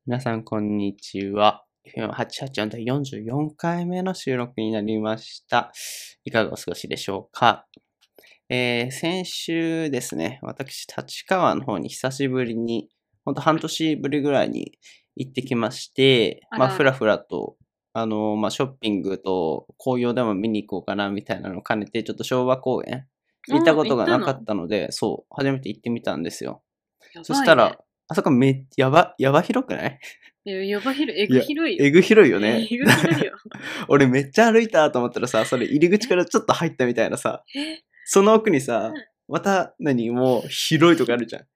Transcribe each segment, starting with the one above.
皆さん、こんにちは。FM884 第44回目の収録になりました。いかがお過ごしでしょうか。先週ですね、私、立川の方に久しぶりに、ほんと半年ぶりぐらいに行ってきまして、ふらふらと、ショッピングと紅葉でも見に行こうかな、みたいなのを兼ねて、ちょっと昭和公園、行ったことがなかったので、そう、初めて行ってみたんですよ。そしたら、あそこやば広くない？ やば広い、えぐ広いよ。 えぐ広いよね。 えぐ広いよ。 俺めっちゃ歩いたと思ったらさ、それ入り口からちょっと入ったみたいなさ、その奥にさ、またもう広いとこあるじゃん。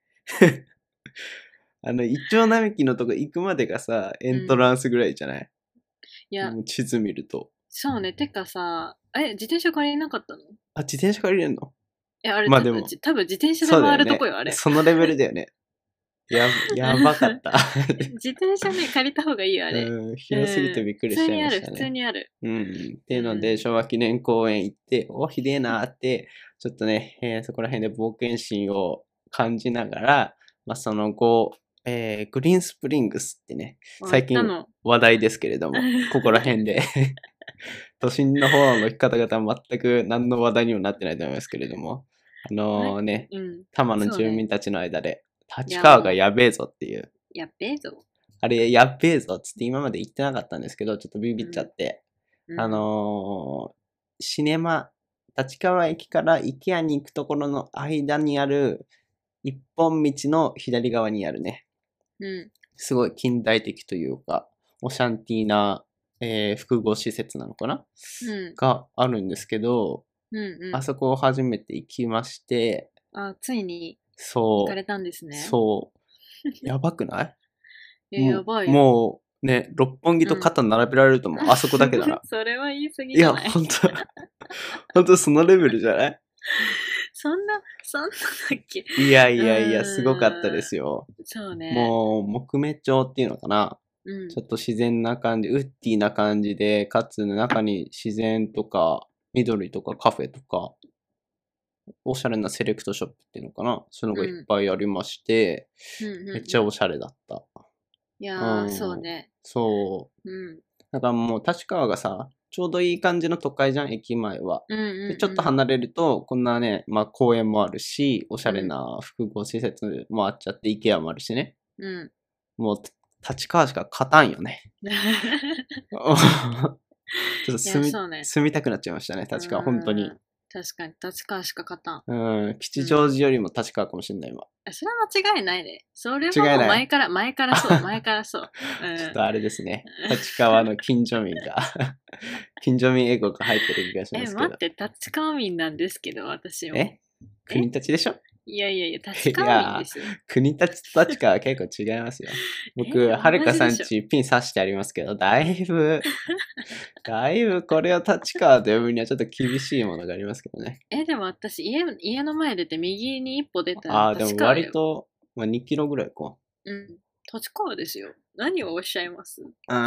イチョウ並木のとこ行くまでがさ、エントランスぐらいじゃない？ いや、 もう地図見ると。 そうね。てかさ、自転車借りなかったの？ あ、自転車借りれんの？ あれ、 まあでも多分自転車で回るとこよ、あれ。 そのレベルだよね。やばかった。 自転車ね、借りた方がいいよ、あれ。 広すぎてびっくりしちゃいましたね。 普通にある。 っていうので、昭和記念公園行って、ひでえなーって、ちょっとね、そこら辺で冒険心を感じながら、その後、グリーンスプリングスってね、最近話題ですけれども、ここら辺で都心の方の方々は全く何の話題にもなってないと思いますけれども、多摩の住民たちの間で、立川がやべえぞっていう。 やっべえぞ。 あれ、やっべえぞっつって今まで言ってなかったんですけど、ちょっとビビっちゃって。シネマ、立川駅から IKEA に行くところの間にある、一本道の左側にあるね。すごい近代的というか、オシャンティーな、複合施設なのかな、があるんですけど、あそこを初めて行きまして、 ついに行かれたんですね。 そう。やばくない？ やばいよ。 もうね、六本木と肩並べられると思う。あそこだけなら。 それは言い過ぎじゃない？ いや、本当そのレベルじゃない？ そんなだっけ？ いや、すごかったですよ。 そうね。 もう、木目調っていうのかな。ちょっと自然な感じ、ウッディな感じで、かつ中に自然とか、緑とかカフェとか、おしゃれなセレクトショップっていうのかな。そういうのがいっぱいありまして、めっちゃおしゃれだった。 いやー、そうね。 そう。だからもう立川がさ、ちょうどいい感じの都会じゃん、駅前は。で、ちょっと離れると、こんなね、公園もあるし、おしゃれな複合施設もあっちゃって、IKEA もあるしね。もう、立川しか勝たんよね。ちょっと住みたくなっちゃいましたね、立川、本当に。 確かに、立川しか勝たん。吉祥寺よりも立川かもしれない、今。 それは間違いないね。それはもう前からそう。 ちょっとあれですね。立川の近所民が、近所民エゴが入ってる気がしますけど。 待って、立川民なんですけど、私も。 国立でしょ？ いや、立川民ですよ。 国立と立川は結構違いますよ。僕、はるかさんちピン刺してありますけど、だいぶこれを立川と呼ぶにはちょっと厳しいものがありますけどね。 でも私、家の前出て右に一歩出たら立川よ。でも割と、2キロぐらいか。 立川ですよ。何をおっしゃいます？ どうか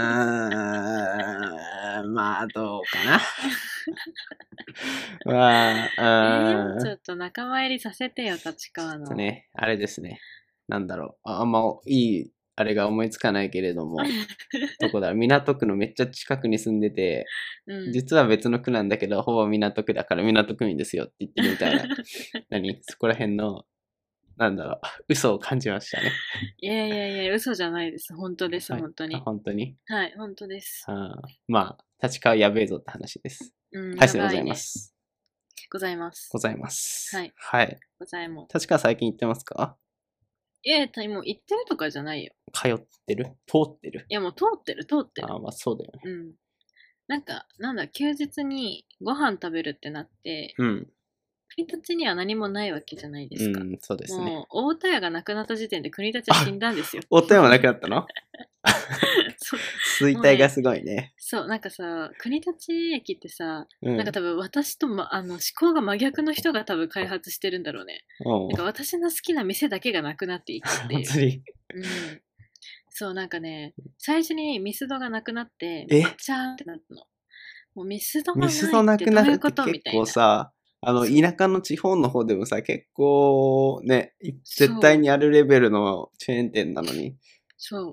な。 ちょっと仲間入りさせてよ、立川の。 ね、あれですね。なんだろう。あんまいい、あれが思いつかないけれども、どこだ、港区のめっちゃ近くに住んでて、実は別の区なんだけど、ほぼ港区だから港区民ですよって言ってるみたいな。そこら辺の、なんだろう、嘘を感じましたね。 いや、嘘じゃないです。本当です、本当に。 本当に？ はい、本当です。 立川やべえぞって話です。はい、でございます。 ございます。 はい。 ございます。 立川最近行ってますか？ もう行ってるとかじゃないよ。 通ってる？通ってる？ いや、もう通ってる。 そうだよね。 休日にご飯食べるってなって、国立には何もないわけじゃないですか。 そうですね。 もう、大田屋がなくなった時点で国立は死んだんですよ。 大田屋もなくなったの？衰退がすごいね。 そう、国立駅ってさ、多分私と、思考が真逆の人が多分開発してるんだろうね。私の好きな店だけがなくなっていくっていう。 本当に？ そう、最初にミスドがなくなって、めっちゃーってなったの。もうミスドがないってどういうことみたいな。 結構さ、田舎の地方の方でもさ、結構ね、絶対にあるレベルのチェーン店なのに。 そう。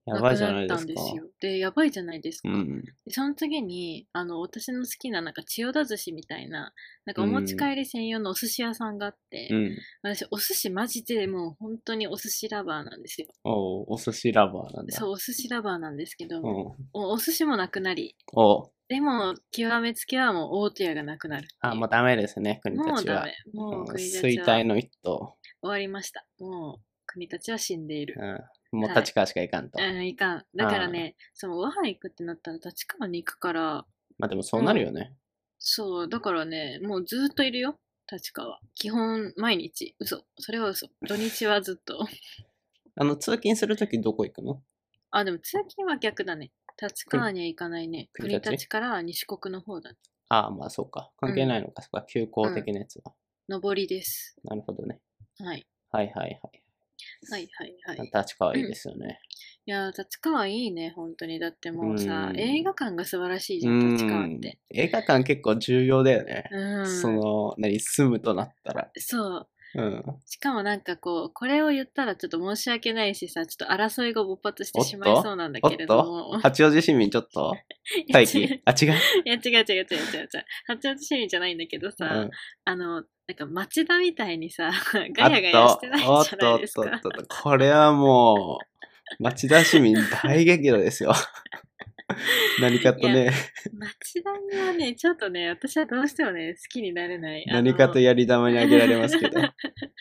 やばいじゃなないくなっですか。 たんですよ。で、やばいじゃないですか。 うん。 で、その次に、私の好きななんか千代田寿司みたいな、なんかうお持ちん。 帰り専用のお寿司屋さんがあっうて、 ん。 私お寿司マジでもう本当にお寿司ラバーなんですよ。 お寿司ラバーなんだ。 そう、お寿司ラバーなんですけど、 うん。 お寿司もなくなり、 おでも、極めつけはもう大戸屋がなくなるっていう。 もうダメですね、国もう立は。 ダメ。もう国立衰は退の一途。 終わりました。もう国立は死んでいる。 もうはい。 立川しか行かんと。 いかん。だからね、そのご飯行くってなったら立川に行くから、 まあでもそうなるよね。 そう、だからね、もうずっといるよ。立川。基本、毎日。嘘。それは嘘。土日はずっと。 通勤するときどこ行くの？ あ、でも通勤は逆だね。立川には行かないね。国立から西国の方だね。 まあそうか。関係ないのか、そこは休校的なやつは。 上りです。 なるほどね。 はい。 はいはいはい。 はいはいはい。 立川いいですよね。 いやー、立川いいね、本当に。だってもうさ、映画館が素晴らしいじゃん、立川って。 映画館結構重要だよね。住むとなったら。 そう。 うん。 しかもなんかこれを言ったらちょっと申し訳ないしさ、ちょっと争いが勃発してしまいそうなんだけれども。 八王子市民ちょっと待機違う。 いや、違う。八王子市民じゃないんだけどさ、なんか町田みたいにさ、ガヤガヤしてないじゃないですか。 これはもう、町田市民大激怒ですよ。何かとね。 町田にはね、ちょっとね、私はどうしてもね、好きになれない。 何かとやり玉にあげられますけど。い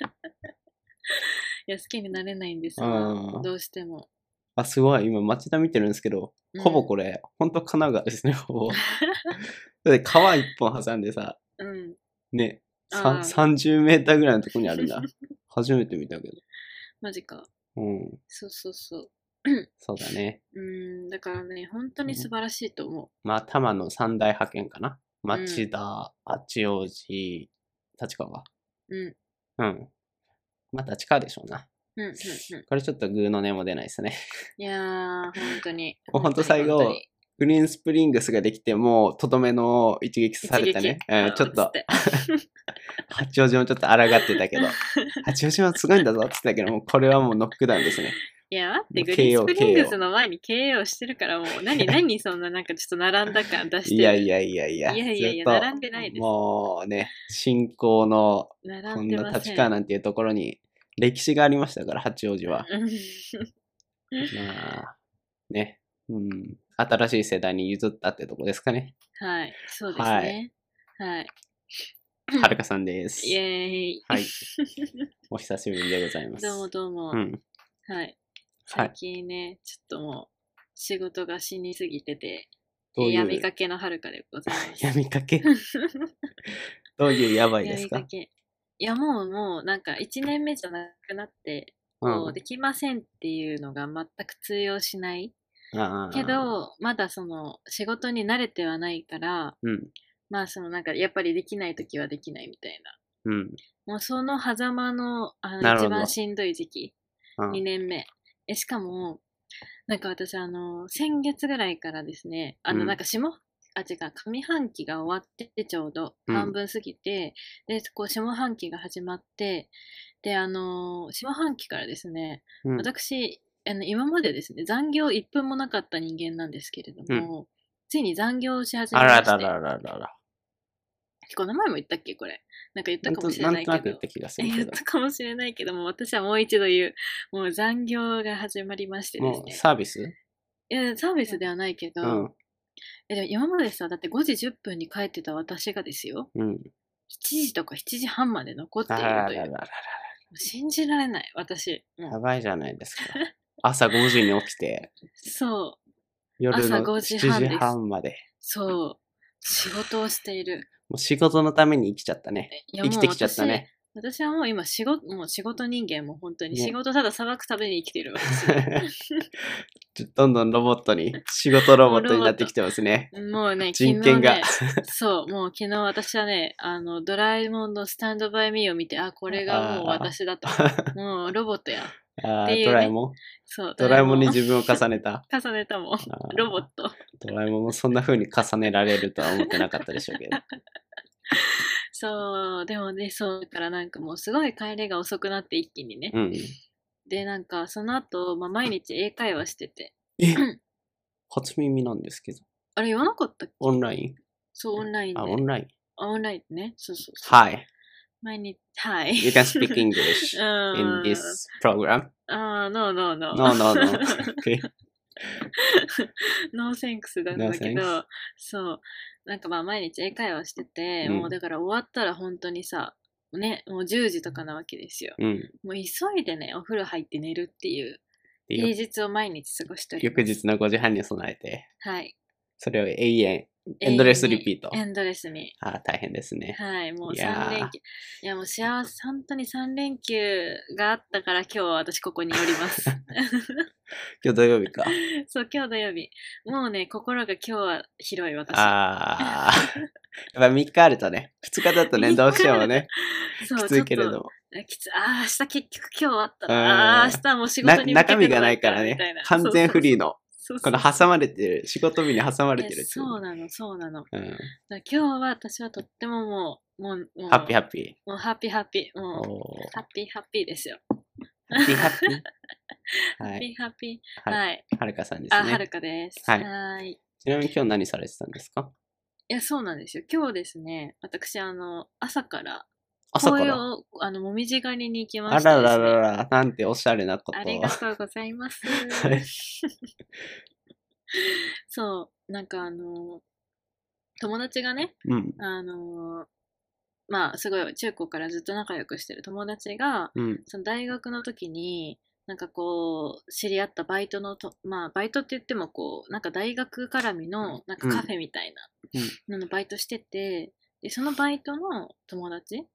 や、好きになれないんですわ。どうしても。 すごい。今、町田見てるんですけど、ほぼこれ、ほんと神奈川ですね、ほぼ。だって川一本挟んでさ、ね、30メーターぐらいのところにあるんだ。初めて見たけど。 マジか。そう。 そうだね。 だからね、本当に素晴らしいと思う。 まあ、多摩の三大派遣かな。町田、八王子、立川。まあ、立川でしょうな。これちょっとグーの音も出ないですね。 いやー、本当に。 ほんと最後、グリーンスプリングスができて、もうとどめの一撃されたね。ちょっと、八王子もちょっと抗ってたけど、八王子はすごいんだぞって言ってたけど、もうこれはもうノックダウンですね。 いや、待って、グリーンスプリングスの前に KO してるからもう、何そんななんかちょっと並んだ感出してる。 いや、 並んでないです。 もうね、信仰の、こんな立川なんていうところに歴史がありましたから、八王子は。まあ、ね、新しい世代に譲ったってとこですかね。 はい、そうですね。はい。 はるかさんです。 イエーイ。 はい。お久しぶりでございます。 どうも。はい。最近ね、ちょっともう、仕事が死にすぎてて、闇かけのはるかでございます。 闇かけどういうやばいですか？ 闇かけ。いや、もう、なんか、1年目じゃなくなって、できませんっていうのが全く通用しない。けど、まだ仕事に慣れてはないから、まあ、なんか、やっぱりできないときはできないみたいな。もうその狭間の、一番しんどい時期。2年目。しかも、なんか私、先月ぐらいからですね、なんか上半期が終わっててちょうど、半分過ぎて、で、下半期が始まって、で、下半期からですね、私、今までですね、残業1分もなかった人間なんですけれども、ついに残業をし始めまして。あら。この前も言ったっけこれ。なんか言ったかもしれないけど。 なんとなく言った気がするけど。 言ったかもしれないけども、私はもう一度言う。もう残業が始まりましてですね。 もうサービス？ いや、サービスではないけど、でも今までさ、だって5時10分に帰ってた私がですよ。7時とか7時半まで残っているという。信じられない、私。 やばいじゃないですか。朝5時に起きて。 そう。 夜の7時半まで。 そう。仕事をしている。 もう仕事のために生きちゃったね。生きてきちゃったね。 私はもう今もう仕事人間も本当に仕事たださばくために生きてるわどんどんロボットに、仕事ロボットになってきてますね。 もうね、 人権が。 そう、もう昨日私はね、ドラえもんのスタンドバイミーを見て、これがもう私だと。もうロボットや。 ドラえもん？ そう、 ドラえもんに自分を重ねた。 重ねたもん。ロボット。 ドラえもんもそんな風に重ねられるとは思ってなかったでしょうけど。 そう、でもね、そうだからなんかもうすごい帰りが遅くなって一気にね。 で、なんか、その後、まあ、毎日英会話してて。 初耳なんですけど。 あれ言わなかったっけ？ オンライン？ そう、オンラインで。 オンライン。 オンラインね。そうそうそう。 はい。 毎日、はい。 You can speak English in this program. No, no, no. No, no, no. Okay. ノーセンクスなんだけど、そう。なんかまあ毎日英会話してて、もうだから終わったら本当にさ、ね、もう10時とかなわけですよ。もう急いでね、お風呂入って寝るっていう平日を毎日過ごしております。 翌日の5時半に備えて。 はい。 それを永遠、エンドレスリピート。 エンドレスに。 大変ですね。 はい、もう3連休。いや、もう幸せ、本当に3連休があったから今日は私ここにおります。 今日土曜日か。 そう、今日土曜日。もうね、心が今日は広い私。 やっぱ3日あるとね、2日だとね、どうしてもね、きついけれども。 明日結局今日あったな。明日も仕事に向けて中身がないからね、完全フリーの。この挟まれてる、仕事日に挟まれてる。 そうなの、そうなの。今日は私はとってももうハッピーハッピー。もうハッピーハッピー。もうハッピーハッピーですよ。 ハッピーハッピー。 ハッピーハッピー。はい。 はるかさんですね。 はるかです。 はい。ちなみに今日何されてたんですか？ いや、そうなんですよ。今日ですね、私、朝からもみじ狩りに行きましたですね。 あらららら、なんておしゃれなこと。 ありがとうございます。そう、なんか友達がね、まあ、すごい中高からずっと仲良くしてる友達が、その大学の時に、なんかこう、知り合ったバイトまあ、バイトって言ってもこう、なんか大学絡みの、なんかカフェみたいなのバイトしてて、で、そのバイトの友達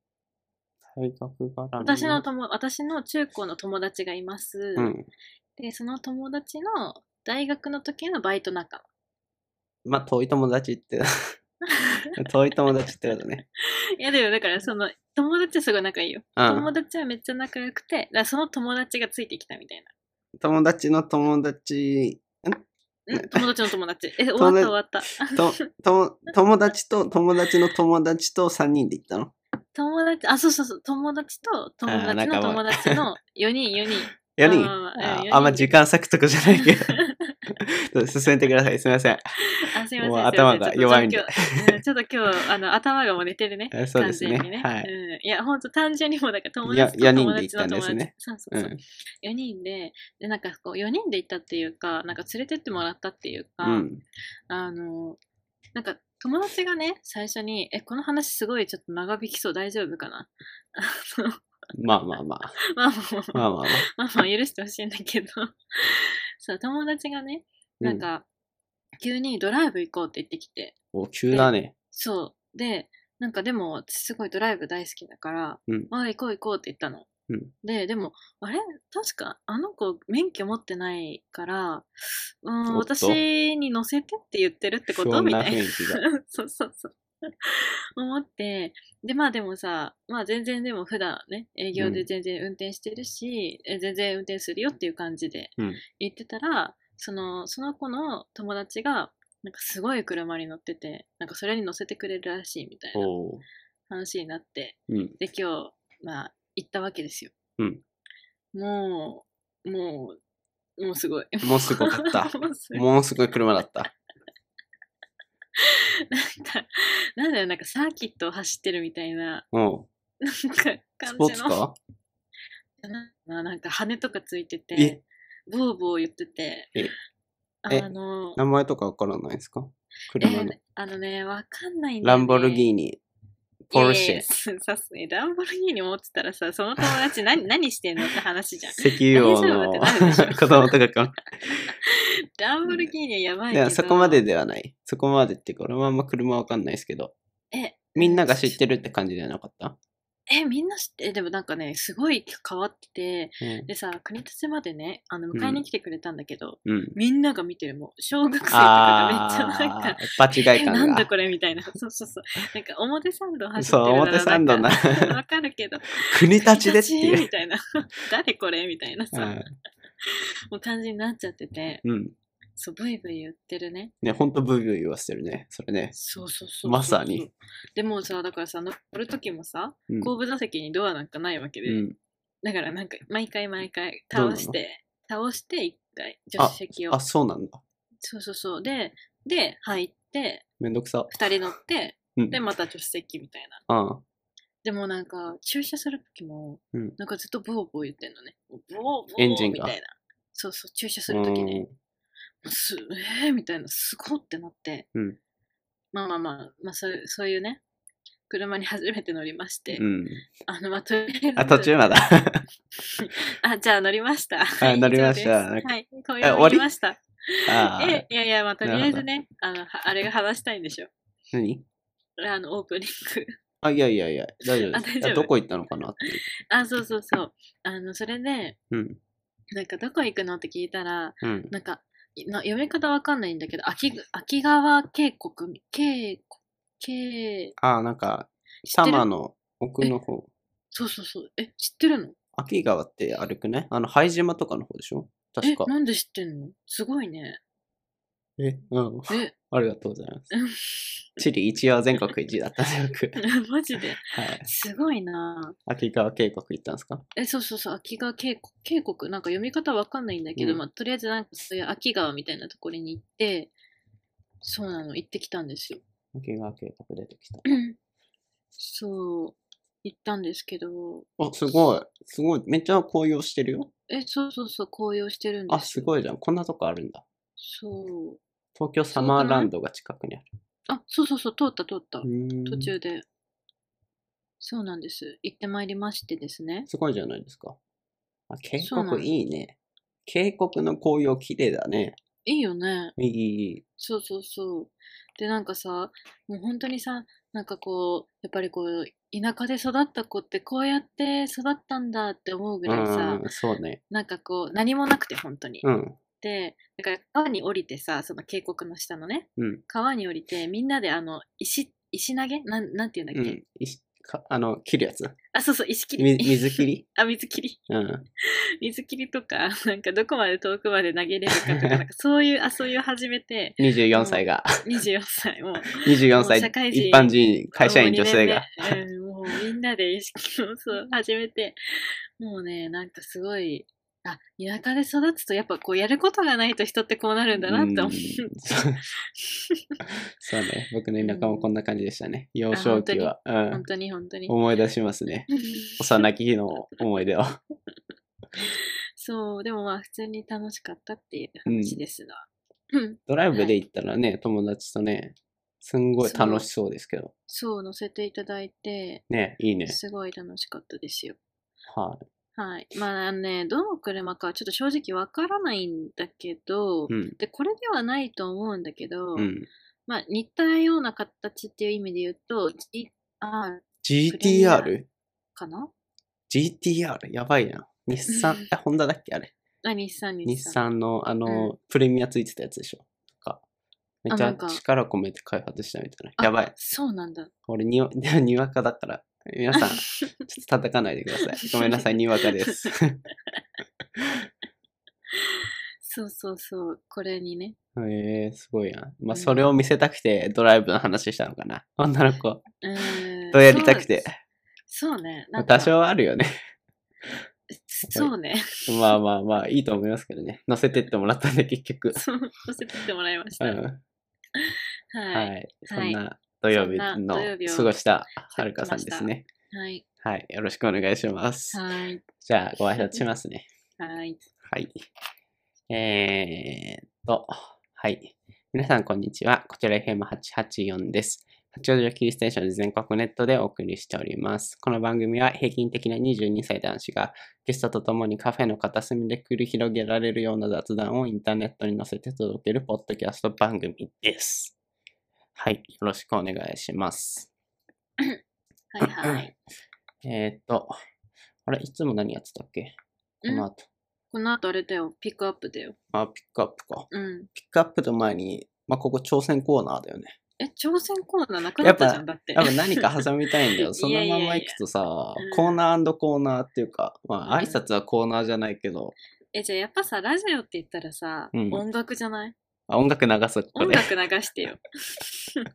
私の中高の友達がいます。で、その友達の大学の時のバイト仲間。まあ、遠い友達って。遠い友達ってことね。 いや、でもだから友達はすごい仲いいよ。友達はめっちゃ仲良くて、その友達がついてきたみたいな。 友達の友達、 友達の友達。終わった。 友達と友達の友達と3人で行ったの？ そう。友達と友達の友達の4人。 4人？あんま時間割くとこじゃないけど。進めてください。すみません。 すみません。 もう頭が弱いんで。 ちょっと今日、頭がもう寝てるね。 そうですね。 はい。いや、ほんと単純にもだから友達と友達の友達。 そう。4人で、なんかこう、4人で行ったっていうか、なんか連れてってもらったっていうか、なんか友達がね、最初に、この話すごいちょっと長引きそう、大丈夫かな？ まあ。 許してほしいんだけどそう、友達がね、なんか、急にドライブ行こうって言ってきて。 急だね。 そう。で、なんかでも、私すごいドライブ大好きだから、行こうって言ったの。でも、あれ確か、あの子免許持ってないから、私に乗せてって言ってるってことみたいな。そう。思って、で、まあでもさ、まあ全然でも普段ね、営業で全然運転してるし、全然運転するよっていう感じで言ってたら、その子の友達が、なんかすごい車に乗ってて、なんかそれに乗せてくれるらしいみたいな話になって、で、今日、まあ、行ったわけですよ。もうすごい。 もうすごかった。もうすごい車だった。 なんだよ、なんかサーキットを走ってるみたいな、なんか感じの。 スポーツカー？なんか羽とかついてて、ボーボー言ってて、 名前とかわからないですか？車の。 わかんないんだよね。ランボルギーニ。ポルシェ。 さすがにランボルギーニ持ってたらさ、その友達何してんのって話じゃん。 石油王の子供とかか。 ランボルギーニはやばいけど。 そこまでではない。そこまでっていうか、俺もあんま車わかんないですけど。みんなが知ってるって感じじゃなかった？ みんな知って、でもなんかね、すごい変わってて、でさ、国立までね、迎えに来てくれたんだけど、みんなが見てる、もう、小学生とかがめっちゃなんか、 場違い感が。 なんだこれみたいな。そう。なんか、表参道走ってるそう、表参道な。 わかるけど。 国立でっていう。 みたいな。誰これみたいなさ、もう感じになっちゃってて。そう、ブイブイ言ってるね。 ほんとブイブイ言わせてるね。それね。 そう。 まさに。 でもさ、だからさ、乗るときもさ、後部座席にドアなんかないわけで。 だからなんか、毎回倒して一回、助手席を。 あ、そうなんだ。 そう。で、入って、 めんどくさ。 二人乗って、 うん、 で、また助手席みたいな。 あでもなんか、駐車するときも、 うん、 なんかずっとブオブオ言ってんのね。ブオブエンジンがオみたいな。そう、駐車するときね。みたいな、すごってなって。 うん。 まあ、そういうね、車に初めて乗りまして。 うん。 とりあえず。 途中まだ。 じゃあ乗りました。 乗りました。 はい、紅葉乗りました。いや、まあ、とりあえずね、あれが話したいんでしょ。 何？ オープニング。 いや、大丈夫です。どこ行ったのかなって。 そう。それで、なんかどこ行くのって聞いたら、なんか、読み方わかんないんだけど、秋川渓谷、 なんか、多摩の奥の方。 そう。知ってるの？ 秋川って歩くね。拝島とかの方でしょ？確か。 なんで知ってんの？すごいね。 ありがとうございます。地理一応全国一だったね、僕。 マジで？ はい。 すごいな。 秋川渓谷行ったんですか？ そう、秋川渓谷、なんか読み方わかんないんだけど、まあ、とりあえずなんかそういう秋川みたいなところに行って、そうなの、行ってきたんですよ。 秋川渓谷出てきた。 そう、行ったんですけど。 すごい。めっちゃ紅葉してるよ。 そう、紅葉してるんですよ。 すごいじゃん。こんなとこあるんだ。 そう。 東京サマーランドが近くにある。 そう、通った。途中で。そうなんです。行ってまいりましてですね。 すごいじゃないですか。渓谷いいね。渓谷の紅葉綺麗だね。 いいよね。 いい。 そう。で、なんかさ、もう本当にさ、なんかこう、やっぱりこう、田舎で育った子ってこうやって育ったんだって思うぐらいさ、 そうね。 なんかこう、何もなくて本当に。 うん。 で、だから川に降りてさ、その渓谷の下のね、川に降りて、みんなで石投げなんて言うんだっけ？ 切るやつ？ そう、石切り。 水切り？ 水切り。 うん。 水切りとか、なんかどこまで遠くまで投げれるかとか、なんかそういう遊びを始めて。 24歳が。 24歳、もう。 24歳、一般人、会社員女性が。 もうみんなで意識を始めて、もうね、なんかすごい、田舎で育つとやっぱこうやることがないと人ってこうなるんだなって思う。 そうね。僕の田舎もこんな感じでしたね。幼少期は。 本当に。 思い出しますね。幼き日の思い出を。 そう、でもまあ普通に楽しかったっていう話ですが。 ドライブで行ったらね、友達とね、すんごい楽しそうですけど。 そう、乗せていただいて。 ね、いいね。 すごい楽しかったですよ。 はい。 まあね、どの車かちょっと正直わからないんだけど、で、これではないと思うんだけど、まあ似たような形っていう意味で言うと、 GTR？ かな？ GTR？ やばいな。日産、ホンダだっけあれ。 日産。 日産のプレミアついてたやつでしょ。めっちゃ力込めて開発したみたいな。やばい。 そうなんだ。 俺にわかだから、皆さん、ちょっと叩かないでください。ごめんなさい、にわかです。 そう、これにね。 すごいな。まあ、それを見せたくてドライブの話したのかな。女の子。とやりたくて。 そうね。 多少あるよね。 そうね。 まあ、いいと思いますけどね。乗せてってもらったんで、結局。 乗せてってもらいました。はい。 そんな土曜日の過ごしたはるかさんですね。はい。よろしくお願いします。じゃあ、ご挨拶しますね。はい。はい。皆さん、こんにちは。こちら FM884 です。八王子キーステーションで全国ネットでお送りしております。この番組は平均的な22歳男子がゲストと共にカフェの片隅で繰り広げられるような雑談をインターネットに載せて届けるポッドキャスト番組です。はい。よろしくお願いします。 はい。 あれ、いつも何やってたっけ？この後。 この後あれだよ。ピックアップだよ。 ピックアップか。ピックアップの前に、ここ挑戦コーナーだよね。 挑戦コーナーなくなったじゃん、だって。 やっぱ何か挟みたいんだよ。そのまま行くとさ、コーナー&コーナーっていうか、挨拶はコーナーじゃないけど。 じゃあやっぱさ、ラジオって言ったらさ、音楽じゃない？ 音楽流す。 音楽流してよ。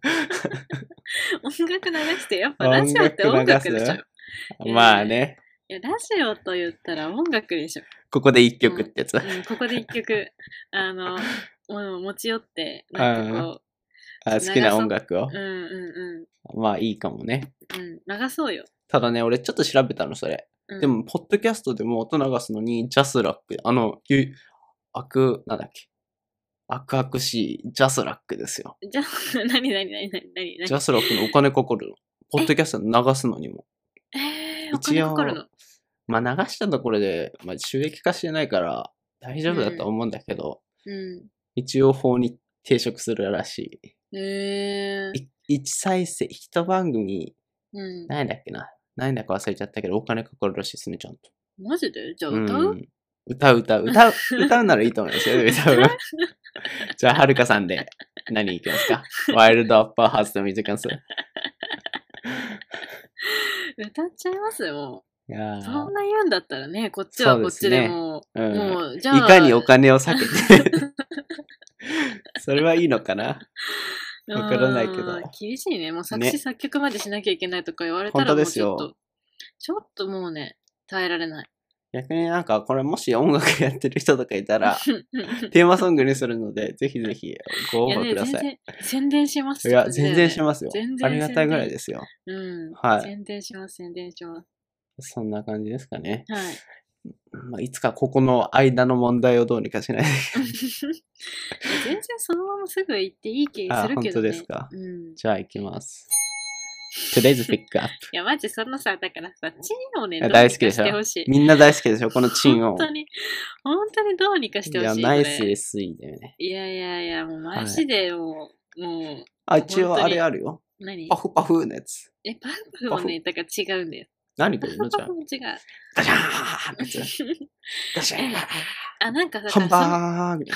音楽流して、やっぱラジオって音楽でしょ。 まあね。 いや、ラジオと言ったら音楽でしょ。 ここで一曲ってやつ。 ここで一曲、持ち寄って、なんかこ好きな音楽を。まあいいかもね。 流そうよ。 ただね、俺ちょっと調べたの、それ。でも、ポッドキャストでも音流すのに、ジャスラック、なんだっけ。アクアクしいジャスラックですよ。 じゃ、何ジャスラックのお金かかるの。ポッドキャスト流すのにも。 お金かかるの？ まあ流したところで、まあ収益化してないから大丈夫だと思うんだけど、一応法に抵触するらしい。1再生、1番組、何だっけな。何だか忘れちゃったけど、お金かかるらしいですね、ちゃんと。 マジで？じゃあ歌う？ 歌うならいいと思いますよ、歌う。じゃあ、はるかさんで何いきますか？ワイルドアッパーハーツのミュージックンス。 歌っちゃいますよ、もう。 いやそんな言うんだったらね、こっちはこっちでもう、もう、 じゃあ。いかにお金を避けて。それはいいのかな？わからないけど。 厳しいね。もう作詞作曲までしなきゃいけないとか言われたらもうちょっともうね、耐えられない。 逆になんかこれもし音楽やってる人とかいたらテーマソングにするのでぜひぜひご応募ください。 宣伝します。 いや全然しますよ。ありがたいぐらいですよ。 はい。宣伝します。 そんな感じですかね。 はい。 まあいつかここの間の問題をどうにかしないと。 全然そのまますぐ行っていい気するけどね。 本当ですか。じゃあ行きます。Today's pick up. いや、マジそのさ、だからさ、チンをね、 大好きでしょ。みんな大好きでしょ、このチンを。 本当にどうにかしてほしい。 いや、ナイス SE だよね。 いや、もうマジでもう。 一応あれあるよ。 何？ パフパフのやつ。 パフもね、だから違うんだよ。 何これのじゃん。 違う。 ガシャーンのやつ。ガシャーン。 なんかさ、 ハンバーグのや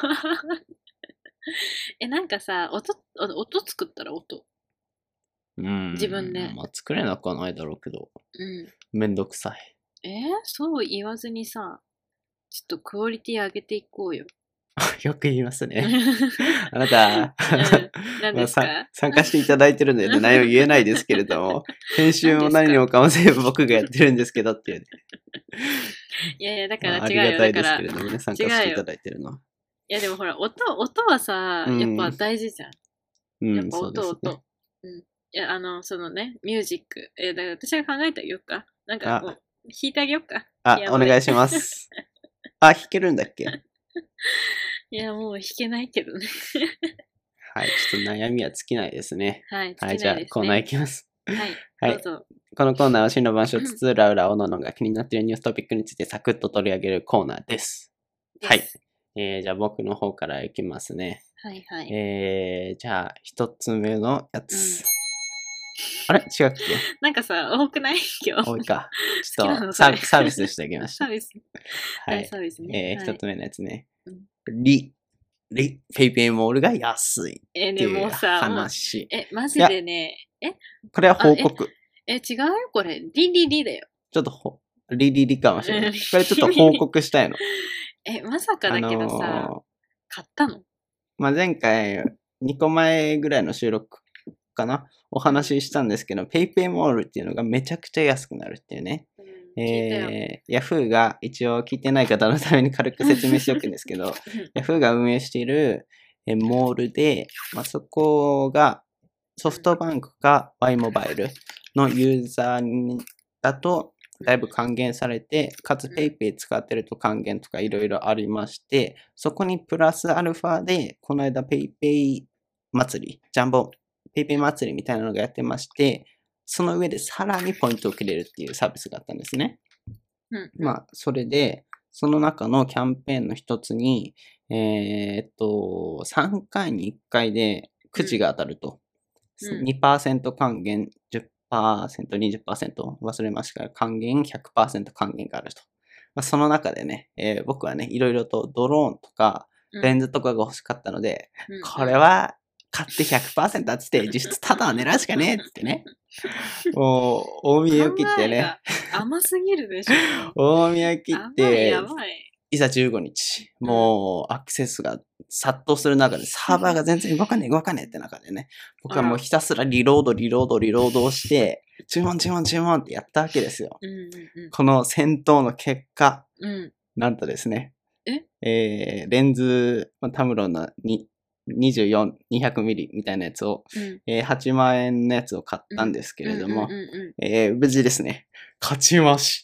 つ。なんかさ、音作ったら音。自分で。 まあ作れなくはないだろうけど。めんどくさい。 そう言わずにさ、ちょっとクオリティ上げていこうよ。 よく言いますね。あなた、 何ですか？ 参加していただいてるので内容言えないですけれども、編集も何もかも全部僕がやってるんですけどっていう。 いや、だから違うよ。 ありがたいですけれどもね、参加していただいてるの。 いや、でもほら、音はさ、やっぱ大事じゃん。やっぱ音。いや、そのね、ミュージック。だから私が考えてあげようか。なんかこう、弾いてあげようか。 お願いします。弾けるんだっけ？ いや、もう弾けないけどね。 はい、ちょっと悩みは尽きないですね。 はい、 じゃあコーナーいきます。 はい、どうぞ。 このコーナーは真の晩鐘つつらうらおののが気になっているニューストピックについてサクッと取り上げるコーナーです。はい。じゃあ僕の方からいきますね。じゃあ一つ目のやつ。あれ違うっけ？ なんかさ、多くない？今日。 多いか。ちょっとサービスしておきました。 サービス。はい。サービスね。 一つ目のやつね。ペイペイモールが安いっていう話。 マジでね。 これは報告。 違うよこれ。リだよ。 ちょっとリかもしれない。これちょっと報告したいの。 まさかだけどさ、買ったの？ まあ、前回2個前ぐらいの収録かなお話ししたんですけど、ペイペイモールっていうのがめちゃくちゃ安くなるっていうね。ヤフーが一応聞いてない方のために軽く説明しておくんですけど、ヤフーが運営しているモールで、そこがソフトバンクか Y モバイルのユーザーだとだいぶ還元されて、かつ PayPay 使ってると還元とかいろいろありまして、そこにプラスアルファで、この間 PayPay 祭り、ジャンボ PayPay 祭りみたいなのがやってまして、その上でさらにポイントをくれるっていうサービスがあったんですね。それで、その中のキャンペーンの一つに、3回に1回でくじが当たると。2% 還元、10%、20% 忘れましたが、還元 100% 還元があると。その中でね、僕はね、いろいろとドローンとか、レンズとかが欲しかったので、これは買って 100% っつって、実質ただは狙うしかねえってね。もう、大見えを切ってね。 甘すぎるでしょ。 大見えを切って、 やばい。 いざ15日、もうアクセスが殺到する中でサーバーが全然動かねえって中でね、僕はもうひたすらリロードをして、 注文ってやったわけですよ。 うんうんうん。 この戦闘の結果、 うん。 なんとですね、 えレンズ、タムロンの24、200ミリみたいなやつを、 うん。 8万円のやつを買ったんですけれども、無事ですね、勝ちました。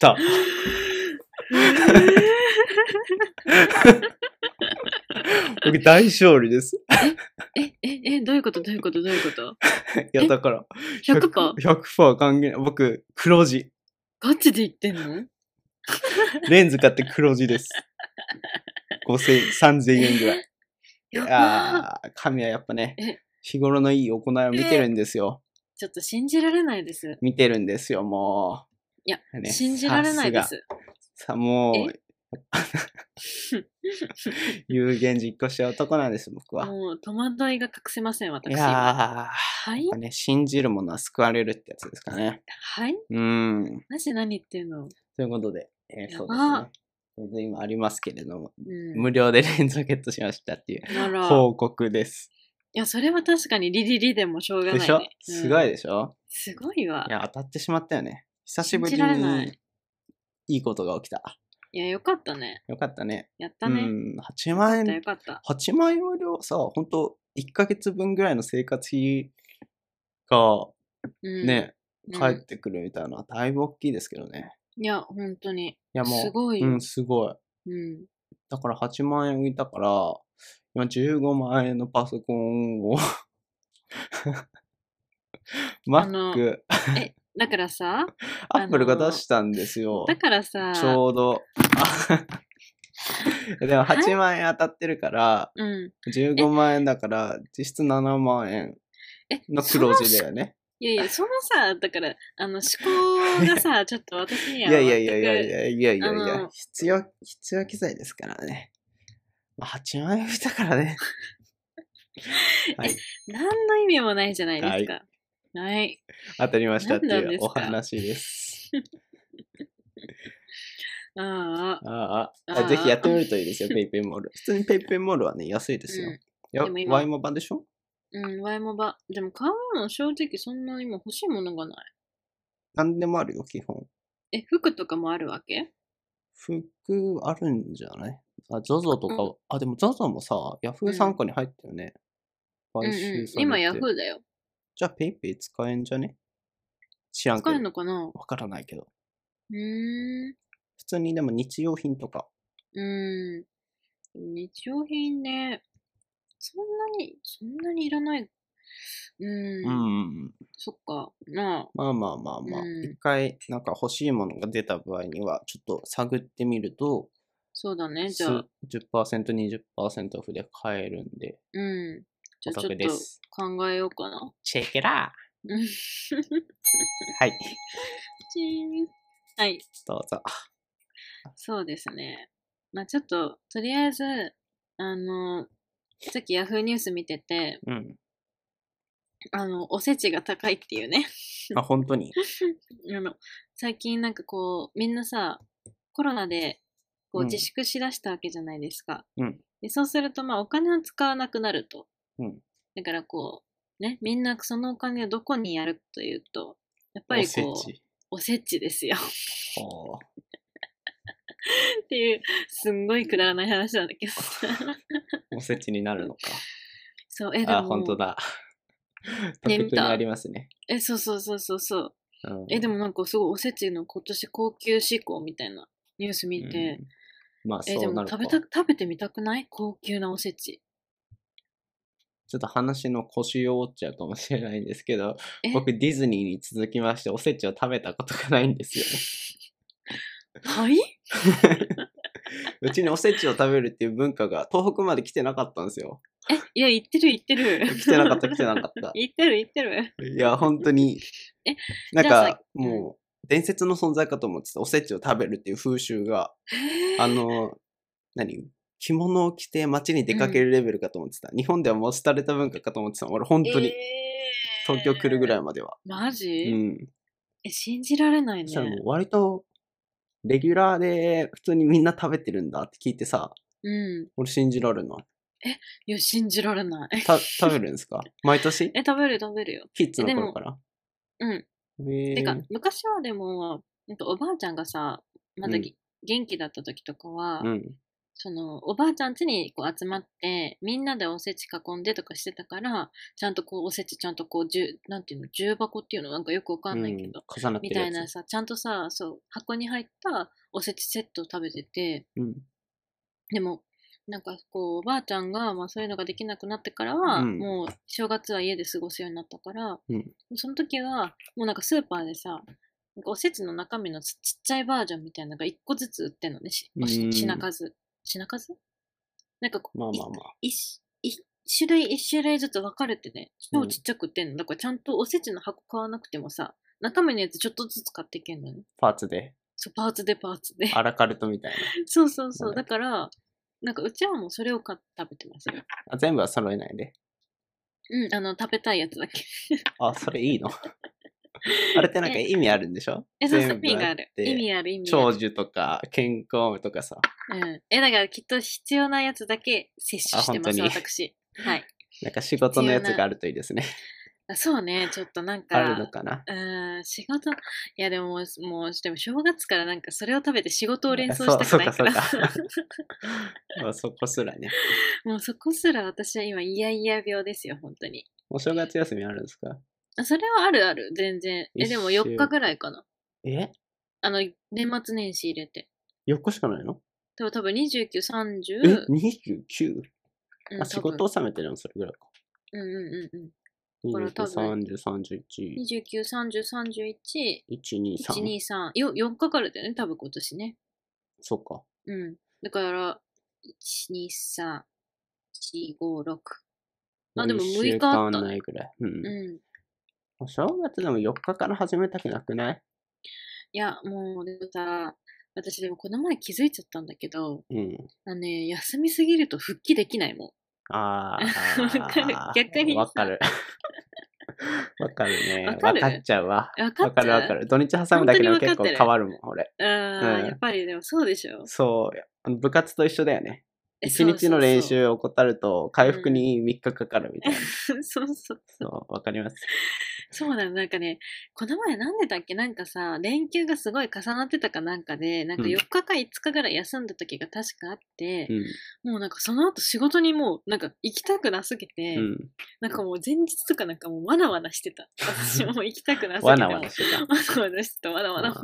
僕大勝利です。 どういうことどういうことどういうこと？ いや、だから、 100%？ 100% 還元。僕、黒字。 ガチで言ってんの？ レンズ買って黒字です。3000円ぐらい。いやばやー、神はやっぱね、日頃のいい行いを見てるんですよ。 ちょっと信じられないです。 見てるんですよ、もう。 いや、 ね、 信じられないです。 もう、有言実行した男なんです、僕は。 もう戸惑いが隠せません、私いは。 やー、 はい？ やっぱね、信じるものは救われるってやつですかね。 はい？マジ何言ってんの？ ということで、そうですね。今ありますけれども、無料でレンズをゲットしましたっていう報告です。 いや、それは確かにリリリでもしょうがないね。 でしょ？すごいでしょ？ すごいわ。 いや、当たってしまったよね。久しぶりにいいことが起きた。 いや、よかったね。 よかったね。 やったね。 8万円。 よかった。 8万円無料さ、ほんと、1ヶ月分ぐらいの生活費が、ね、返ってくるみたいな、だいぶ大きいですけどね。 いや、本当に。いや、もう、 すごい。 すごい。だから8万円浮いたから、今15万円のパソコンをMac。 だからさ、 アップルが出したんですよ。 だからさ、 ちょうど。でも8万円当たってるから、15万円だから、実質7万円の黒字だよね。 いやいや、そのさ、だから、思考がさ、ちょっと私には全く。いや、必要機材ですからね。8万円浮いたからね。 はい。何の意味もないじゃないですか。はい。 当たりましたっていうお話です。ぜひやってみるといいですよ、ペイペイモール。普通にペイペイモールはね、安いですよ。ワイモバでしょ？ ワイモバ。でも買うもの正直そんな今欲しいものがない。 何でもあるよ、基本。 服とかもあるわけ？ 服あるんじゃない？ZOZO とか、でも ZOZO もさ、ヤフー傘下に入ったよね。 買収されて。今ヤフーだよ。 じゃあペイペイ使えんじゃね？知らんけど。 使えんのかな？ わからないけど。 普通にでも日用品とか。 日用品ね、そんなにいらない。そっか。 まあ。一回なんか欲しいものが出た場合には、ちょっと探ってみると、 そうだね、じゃあ。 10%、20% オフで買えるんで。 じゃあちょっと考えようかな。 チェケラーはい。 はい。 どうぞ。 そうですね。ちょっと、とりあえず、さっきヤフーニュース見てて、おせちが高いっていうね。 本当に最近なんかこう、みんなさ、コロナでこう自粛しだしたわけじゃないですか。でそうすると、お金を使わなくなると。だからこう、ね、みんなそのお金をどこにやるというと、やっぱりこう、おせちですよ。っていう、すんごいくだらない話なんだけどさ。 おせちになるのか。 そう、でも。 本当だ。パケットにありますね。 そう。でもなんかすごいおせちの今年高級志向みたいなニュース見て。でも食べてみたくない？高級なおせち。 ちょっと話の腰を折っちゃうかもしれないんですけど、僕ディズニーに続きましておせちを食べたことがないんですよね。 はい？ うちにおせちを食べるっていう文化が東北まで来てなかったんですよ。 いや、行ってる。 来てなかった。行ってる。 いや、本当に。なんか、もう、伝説の存在かと思ってた。おせちを食べるっていう風習が、着物を着て街に出かけるレベルかと思ってた。日本ではもう廃れた文化かと思ってた。俺、本当に。東京来るぐらいまでは。 マジ？信じられないね。 割と、レギュラーで普通にみんな食べてるんだって聞いてさ、俺信じられない。 いや、信じられない。 食べるんですか？毎年？ 食べるよ。 キッズの頃から？ てか、昔はでも、おばあちゃんがさ、まだ、 うん元気だった時とかは、 うん。 おばあちゃん家にこう集まって、みんなでおせち囲んでとかしてたから、ちゃんとこうおせちちゃんとこう、なんていうの、重箱っていうのなんかよくわかんないけど、 重なってみるやつ。 たいなさ、ちゃんとさ、箱に入ったおせちセットを食べてて、 うん。 でも、なんかこう、おばあちゃんが、まあそういうのができなくなってからは、 うん。 もう正月は家で過ごすようになったから、 うん。 その時は、もうなんかスーパーでさ、なんかおせちの中身のちっちゃいバージョンみたいなのが1個ずつ売ってんのね、品数。品数なんかこう、 まあまあまあ。 一種類ずつ分かれてね、超ちっちゃく売ってんの。だからちゃんとおせちの箱買わなくてもさ、中身のやつちょっとずつ買っていけんのね。 パーツで。 そう、パーツで。 アラカルトみたいそうそうそう。 な。 だから、なんかうちはもうそれを買って食べてますよ。 全部は揃えないで。 うん、食べたいやつだけ。 あ、それいいの？あれってなんか意味あるんでしょ？ そうそう、 全部意味がある。意味ある。 長寿とか健康とかさ。 うん。だからきっと必要なやつだけ摂取してます、私。はい。 なんか仕事のやつがあるといいですね。 そうね、ちょっとなんか。 あるのかな？ 仕事、いやでも、でも正月からなんかそれを食べて仕事を連想したくないから。 そこすらね。 もうそこすら私は今、イヤイヤ病ですよ、本当に。 お正月休みあるんですか？ それはあるある、全然。でも4日ぐらいかな。年末年始入れて。 4日しかないの？ 多分29、30。 29？仕事納めてるのそれぐらいか。29、30、31。 29、30、31。 123。 123。4日からだよね、多分今年ね。 そっか。 だから、1、2、3、4、5、6。でも6日あったね。 ないぐらい。お正月でも4日から始めたくなくない？ いや、もう、でもさ、私でもこの前気づいちゃったんだけど、休みすぎると復帰できないもん。 わかる。逆にさ。 わかる。わかるね。わかっちゃうわ。わかる。土日挟むだけでも結構変わるもん、俺。 やっぱりでもそうでしょ。 そう。部活と一緒だよね。1日の練習を怠ると回復に3日かかるみたいな。 そう、 わかります。 そうだ、なんかね、この前なんでだっけ、なんかさ、連休がすごい重なってたかなんかで、なんか4日か5日ぐらい休んだ時が確かあって、もうなんかその後仕事にもうなんか行きたくなすぎて、なんかもう前日とかなんかもうわなわなしてた。私も行きたくなすぎて。 わなわなしてた。 わなわなって。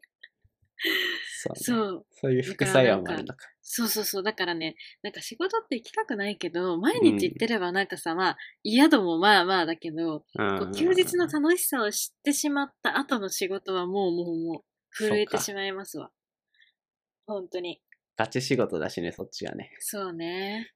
そういう副作用もあるのか。 そう。だからね、なんか仕事って行きたくないけど、毎日行ってればなんかさ、まあ、嫌度もまあまあだけど、休日の楽しさを知ってしまった後の仕事はもう、震えてしまいますわ。本当に。 ガチ仕事だしね、そっちがね。 そうね。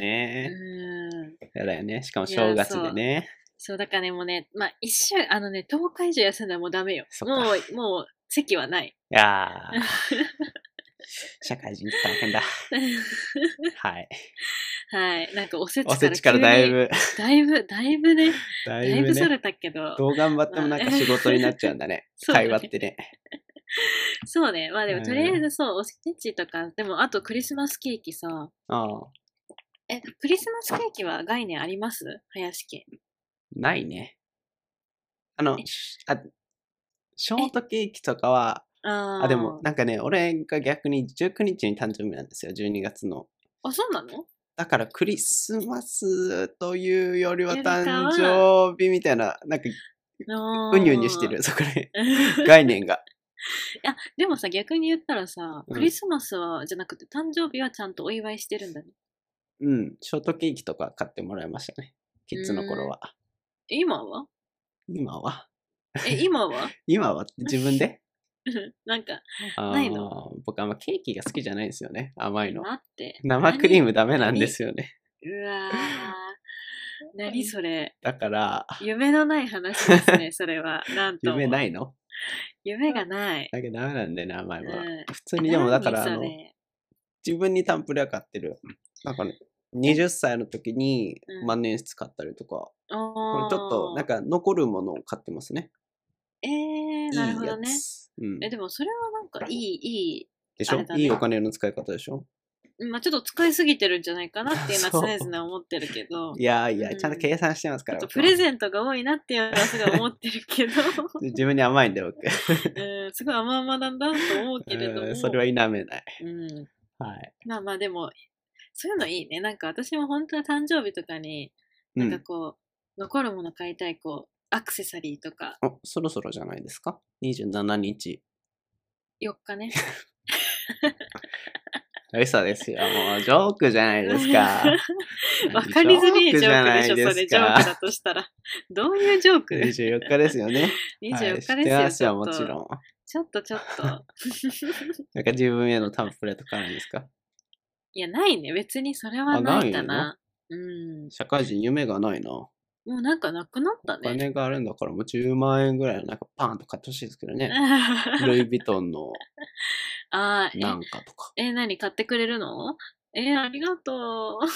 やだよね。しかも正月でね。 そう、だからね、もうね、まあ10日以上休んだらもうダメよ。もう、席はない。 いやー。社会人って大変だ。はい。 はい。なんかおせちからだいぶね。だいぶそれたけど。 どう頑張ってもなんか仕事になっちゃうんだね。会話ってね。 そうね。まあでもとりあえずそう、おせちとか、でもあとクリスマスケーキさ。クリスマスケーキは概念あります？林家。 ないね。ショートケーキとかは、でも、なんかね、俺が逆に19日に誕生日なんですよ、12月の。 そうなの？ だからクリスマスというよりは誕生日みたいな、なんか、うにゅうにゅしてる、そこで、概念が。 いや、でもさ、逆に言ったらさ、クリスマスは、じゃなくて誕生日はちゃんとお祝いしてるんだね。 ショートケーキとか買ってもらいましたね。キッズの頃は。 今は今は今はって自分でなんか、ないの？ 僕あんまケーキが好きじゃないんですよね。甘いの。 待って。 生クリームダメなんですよね。 うわー。何それ。 だから。 夢のない話ですね、それは。なんと。 夢ないの？ 夢がない。 だけどダメなんだよね、甘いは。普通にでもだから自分にタンプレは買ってる。なんかね、20歳の時に万年筆買ったりとか、これちょっとなんか残るものを買ってますね。 なるほどね。でもそれはなんかいいでしょ？いいお金の使い方でしょ？ まあちょっと使いすぎてるんじゃないかなっていうのは常々思ってるけど。 いやいや、ちゃんと計算してますから。 あとプレゼントが多いなっていうのはすごい思ってるけど。 自分に甘いんだよ、僕。 すごい甘々なんだと思うけれども。 それは否めない。 はい。まあまあでも、そういうのいいね。なんか私も本当は誕生日とかに、なんかこう、残るもの買いたい、こう、アクセサリーとか。 そろそろじゃないですか ?27 日。 4日ね。 嘘ですよ。もうジョークじゃないですか。 わかりづらいジョークでしょ、それジョークだとしたら。どういうジョーク ?24 日ですよね。 24日ですよ、 もちろん。 ちょっと。 なんか自分へのタンプレとかあるんですか？ いや、ないね。別にそれはないかな。 社会人夢がないな。 もうなんかなくなったね。 お金があるんだからもう10万円ぐらいのなんかパーンと買ってほしいですけどね。ルイ・ヴィトンのなんかとか。 何買ってくれるの？ありがとう。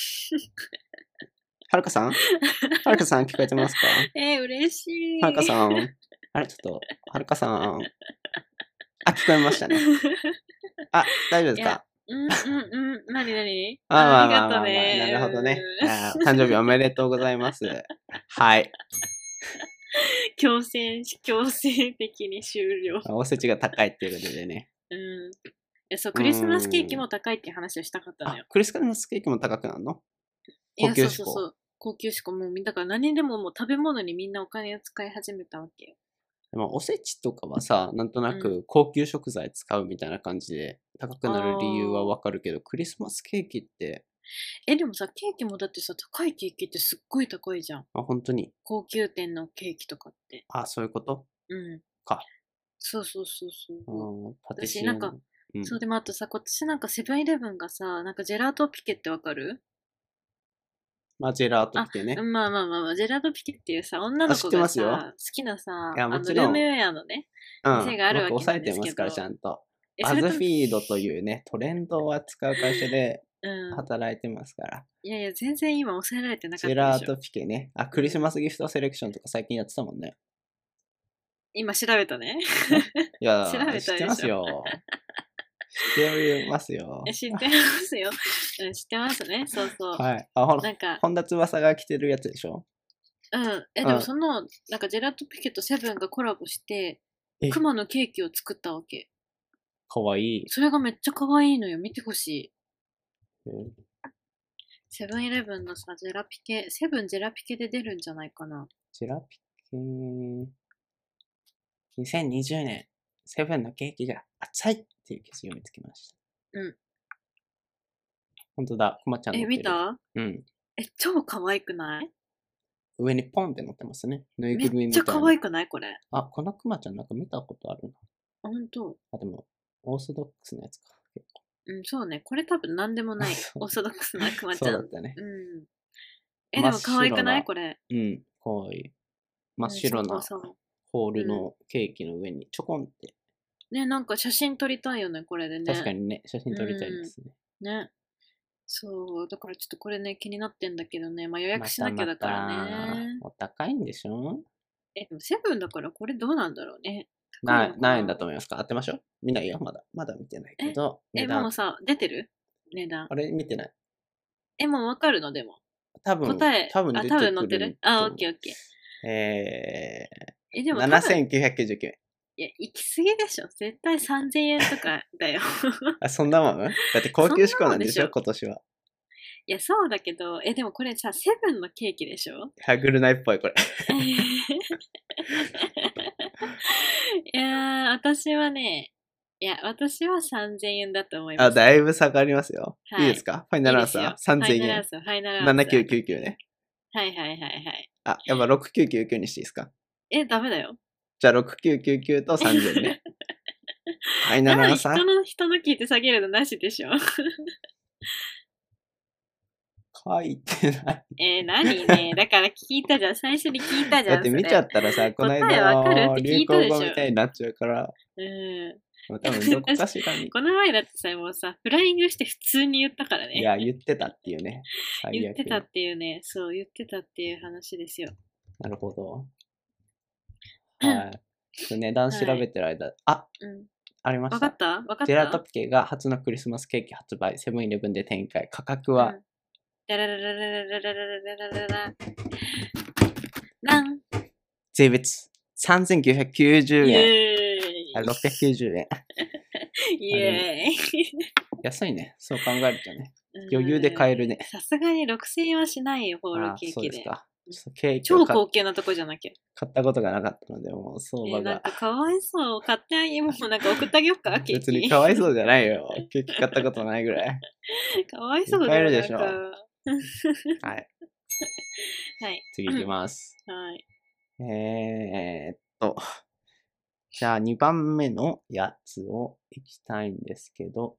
はるかさん聞こえてますか？ 嬉しい。 はるかさん。あれ、ちょっと、はるかさん。聞こえましたね。大丈夫ですか？ なにありがとうね。なるほどね。誕生日おめでとうございます。はい。 強制的に終了。 おせちが高いっていうことでね。 そう、クリスマスケーキも高いっていう話をしたかったのよ。 クリスマスケーキも高くなるの？ 高級志向。そう。高級志向。もう、だから何でももう食べ物にみんなお金を使い始めたわけよ。 でもおせちとかはさ、なんとなく高級食材使うみたいな感じで高くなる理由はわかるけど、クリスマスケーキって。 でもさ、ケーキもだってさ、高いケーキってすっごい高いじゃん。 本当に？ 高級店のケーキとかって。 そういうこと？か。 そう。 私なんか、そうでもあとさ、今年なんかセブンイレブンがさ、なんかジェラートピケってわかる？ ジェラートピケね。 まあ、ジェラートピケっていうさ、女の子がさ、好きなさ、ルームウェアのね、店があるわけなんですけど。 抑えてますから、ちゃんと。バズフィードというね、トレンドを扱う会社で働いてますから。 いや、全然今抑えられてなかったでしょ。ジェラートピケね。クリスマスギフトセレクションとか最近やってたもんね。 今調べたね。 いや、知ってますよ。知ってますよ。 知ってますよ。知ってますね。そう。 はい。なんか本田翼が着てるやつでしょ？ でもその、なんかジェラートピケとセブンがコラボして、熊のケーキを作ったわけ。 かわいい。 それがめっちゃかわいいのよ。見てほしい。セブンイレブンのさ、ジェラピケ、セブンジェラピケで出るんじゃないかな。 ジェラピケ、2020年、セブンのケーキが熱いっていう記事を見つけました。本当だ、くまちゃんの。 見た？超可愛くない？ 上にポンって乗ってますね。 ぬいぐるみみたいな。めっちゃ可愛くないこれ。 このくまちゃんなんか見たことあるな。 本当？ でも、オーソドックスなやつか。結構。 そうね。これ多分何でもない。オーソドックスなくまちゃん。 そうだったね。 でも可愛くないこれ。 可愛い。真っ白なホールのケーキの上にちょこんって。 ね、なんか写真撮りたいよね、これでね。 確かにね、写真撮りたいですね。 ね。そう、だからちょっとこれね、気になってんだけどね。予約しなきゃだからね。 お高いんでしょ？ でもセブンだからこれどうなんだろうね。 何円だと思いますか？当てましょう。見ないよ、まだ見てないけど。 もうさ、出てる？値段。 あれ見てない。 もうわかるのでも。 多分答え、 多分出てくる。 載ってる？オッケー。でも 7999円。 いや、行き過ぎでしょ。絶対3000円とかだよ。 そんなもん？だって高級志向なんでしょ、今年は。 いや、そうだけど、でもこれさ、セブンのケーキでしょ？ ハグルナイっぽい、これ。 いや私はね、私は3000円だと思います。 だいぶ下がりますよ。いいですか？ファイナルアンサー3000円。 ファイナルアンサー。 7999ね。 はい。 やっぱ6999にしていいですか？ ダメだよ。 じゃあ6999と3000円ね。ファイナルアンサー。 人の聞いて下げるのなしでしょ。 書いてない。 何ね。だから聞いたじゃん。最初に聞いたじゃん。 だって見ちゃったらさ、この間の流行語みたいになっちゃうから。多分どこかしらに。 この前だってさ、もうさ、フライングして普通に言ったからね。 いや、言ってたっていうね。 言ってたっていうね。そう、言ってたっていう話ですよ。 なるほど。はい。値段調べてる間、 ありましわかた。 ったジェラートピケが初のクリスマスケーキ発売、セブンイレブンで展開。価格は、 ララララララララララララなん税別3990 イ円。 エーイ 690円。 イエーイ安いね。そう考えるとね。余裕で買えるね。 さすがに6000円はしないよ、ホールケーキで。 そうですか。ケーキ超高級なとこじゃなきゃ。 買ったことがなかったので、もう相場が。 なんかかわいそう。買ってあげもうなんか送ってあげよっか、ケーキ。 別にかわいそうじゃないよ。ケーキ買ったことないぐらい。 かわいそうだよ。 買えるでしょ。はい。 はい。 次行きます。 はい。 じゃあ2番目のやつをいきたいんですけど、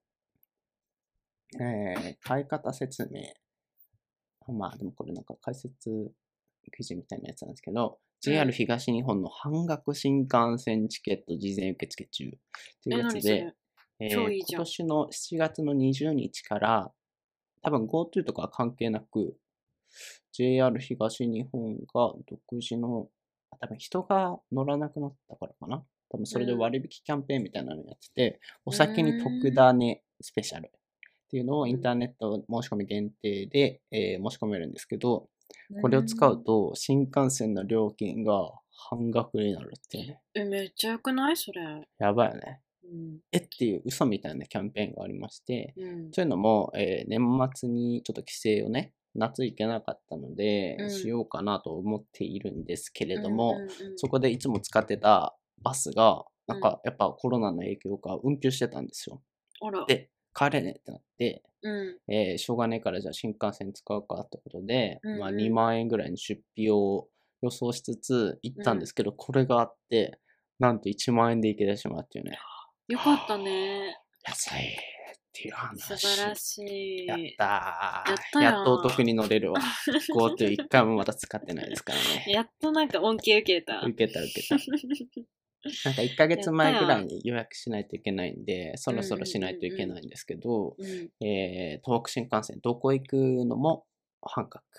買い方説明。まあでもこれなんか解説記事みたいなやつなんですけど、JR 東日本の半額新幹線チケット事前受付中というやつで、今年の7月の20日から、多分 GoTo とかは関係なく、JR 東日本が独自の、多分人が乗らなくなったからかな。多分それで割引キャンペーンみたいなのやってて、お酒に特ダネスペシャルっていうのをインターネット申し込み限定で、申し込めるんですけど、これを使うと新幹線の料金が半額になるっていうね。 めっちゃよくないそれ。 やばいよね。っていう嘘みたいなキャンペーンがありまして、というのも、年末にちょっと帰省をね、夏行けなかったので、しようかなと思っているんですけれども、そこでいつも使ってたバスが、なんかやっぱコロナの影響か運休してたんですよ。で、帰れねってなって、しょうがねえからじゃあ新幹線使うかってことで、まあ2万円ぐらいの出費を予想しつつ行ったんですけど、これがあって、なんと1万円で行けてしまうっていうね。 よかったね。 安いっていう話。 素晴らしい。 やったー。やっとお得に乗れるわ。GoTo 一回もまだ使ってないですからね。 やっとなんか恩恵受けた。 受けた。なんか1ヶ月前ぐらいに予約しないといけないんで、そろそろしないといけないんですけど、東北新幹線どこ行くのも半額。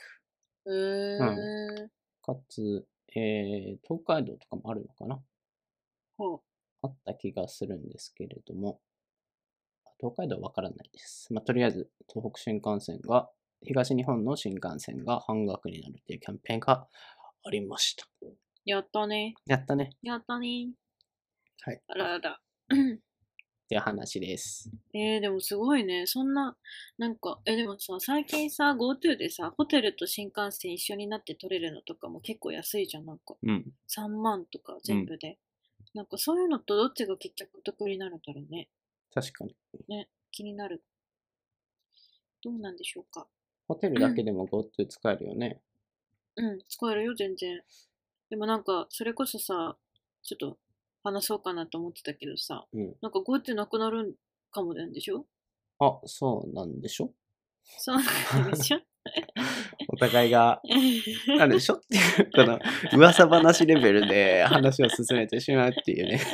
かつ、東海道とかもあるのかなあった気がするんですけれども、東海道はわからないです。まあ、とりあえず、東北新幹線が、東日本の新幹線が半額になるっていうキャンペーンがありました。 やったね。 やったね。 はい。あらあら。 っていう話です。 でもすごいね。そんな、なんか、でもさ、最近さ、GoTo でさ、ホテルと新幹線一緒になって取れるのとかも結構安いじゃん、なんか。3万とか全部で。なんかそういうのとどっちが結局お得になるんだろうね。 確かに。 ね、気になる。どうなんでしょうか。 ホテルだけでも GoTo 使えるよね。 使えるよ、全然。でもなんか、それこそさ、ちょっと話そうかなと思ってたけどさ、なんか GoTo なくなるかもなんでしょ？ あ、そうなんでしょ？ そうなんでしょ？ お互いが、なんでしょっていう、この噂話レベルで話を進めてしまうっていうね。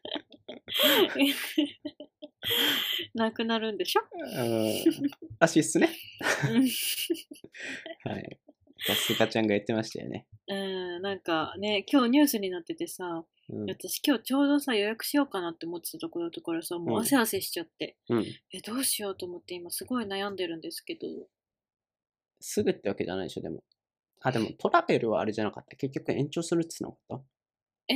なくなるんでしょ？ らしいっすね。はい。スカちゃんが言ってましたよね。 なんかね、今日ニュースになっててさ、私今日ちょうどさ予約しようかなって思ってたところだったからさ、もう汗汗しちゃって、どうしようと思って今すごい悩んでるんですけど。 すぐってわけじゃないでしょ、でも。でもトラベルはあれじゃなかった。結局延長するってなかった？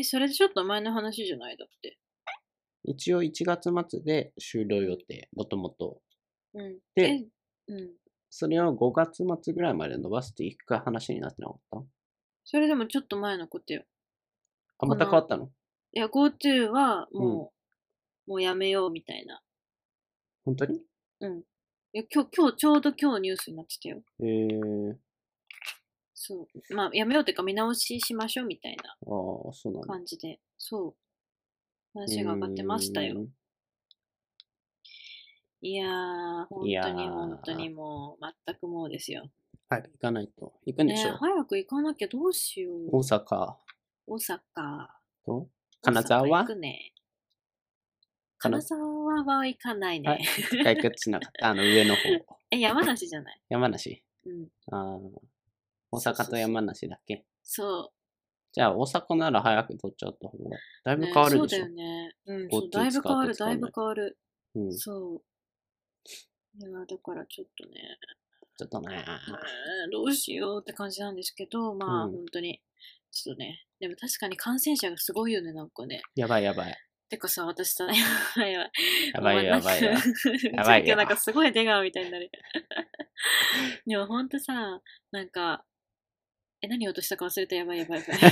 それでちょっと前の話じゃないだって。 一応1月末で終了予定、もともと。 で、 それを5月末ぐらいまで伸ばすって一回話になってなかった？ それでもちょっと前のことよ。 また変わったの？ いや、GoTo はもうやめようみたいな。 本当に？ いや、今日ちょうど今日ニュースになってたよ。そう。まあ、やめようっていうか見直ししましょうみたいな感じで。そう。話が上がってましたよ。いやー、本当にもう、全くもうですよ。 早く行かないと。行くんでしょ？ 早く行かなきゃどうしよう。 大阪。と金沢は？ 行くね。金沢は行かないね。 解決しなかった。上の方。 山梨じゃない？ 山梨？大阪と山梨だっけ？ そう。 じゃあ、大阪なら早く取っちゃった方が、だいぶ変わるでしょ。 そうだよね。 そう、 だいぶ変わる、だいぶる。 変わる。 そう。 いや、だからちょっとね。 ちょっとね。 どうしようって感じなんですけど、まあ、本当に、ちょっとね。でも確かに感染者がすごいよね、なんかね。 やばいやばい。 てかさ、私さ、やばい。 やばい。やばいなんかすごい出川みたいになる。でもほんとさ、なんか、何落としたか忘れた。やばい。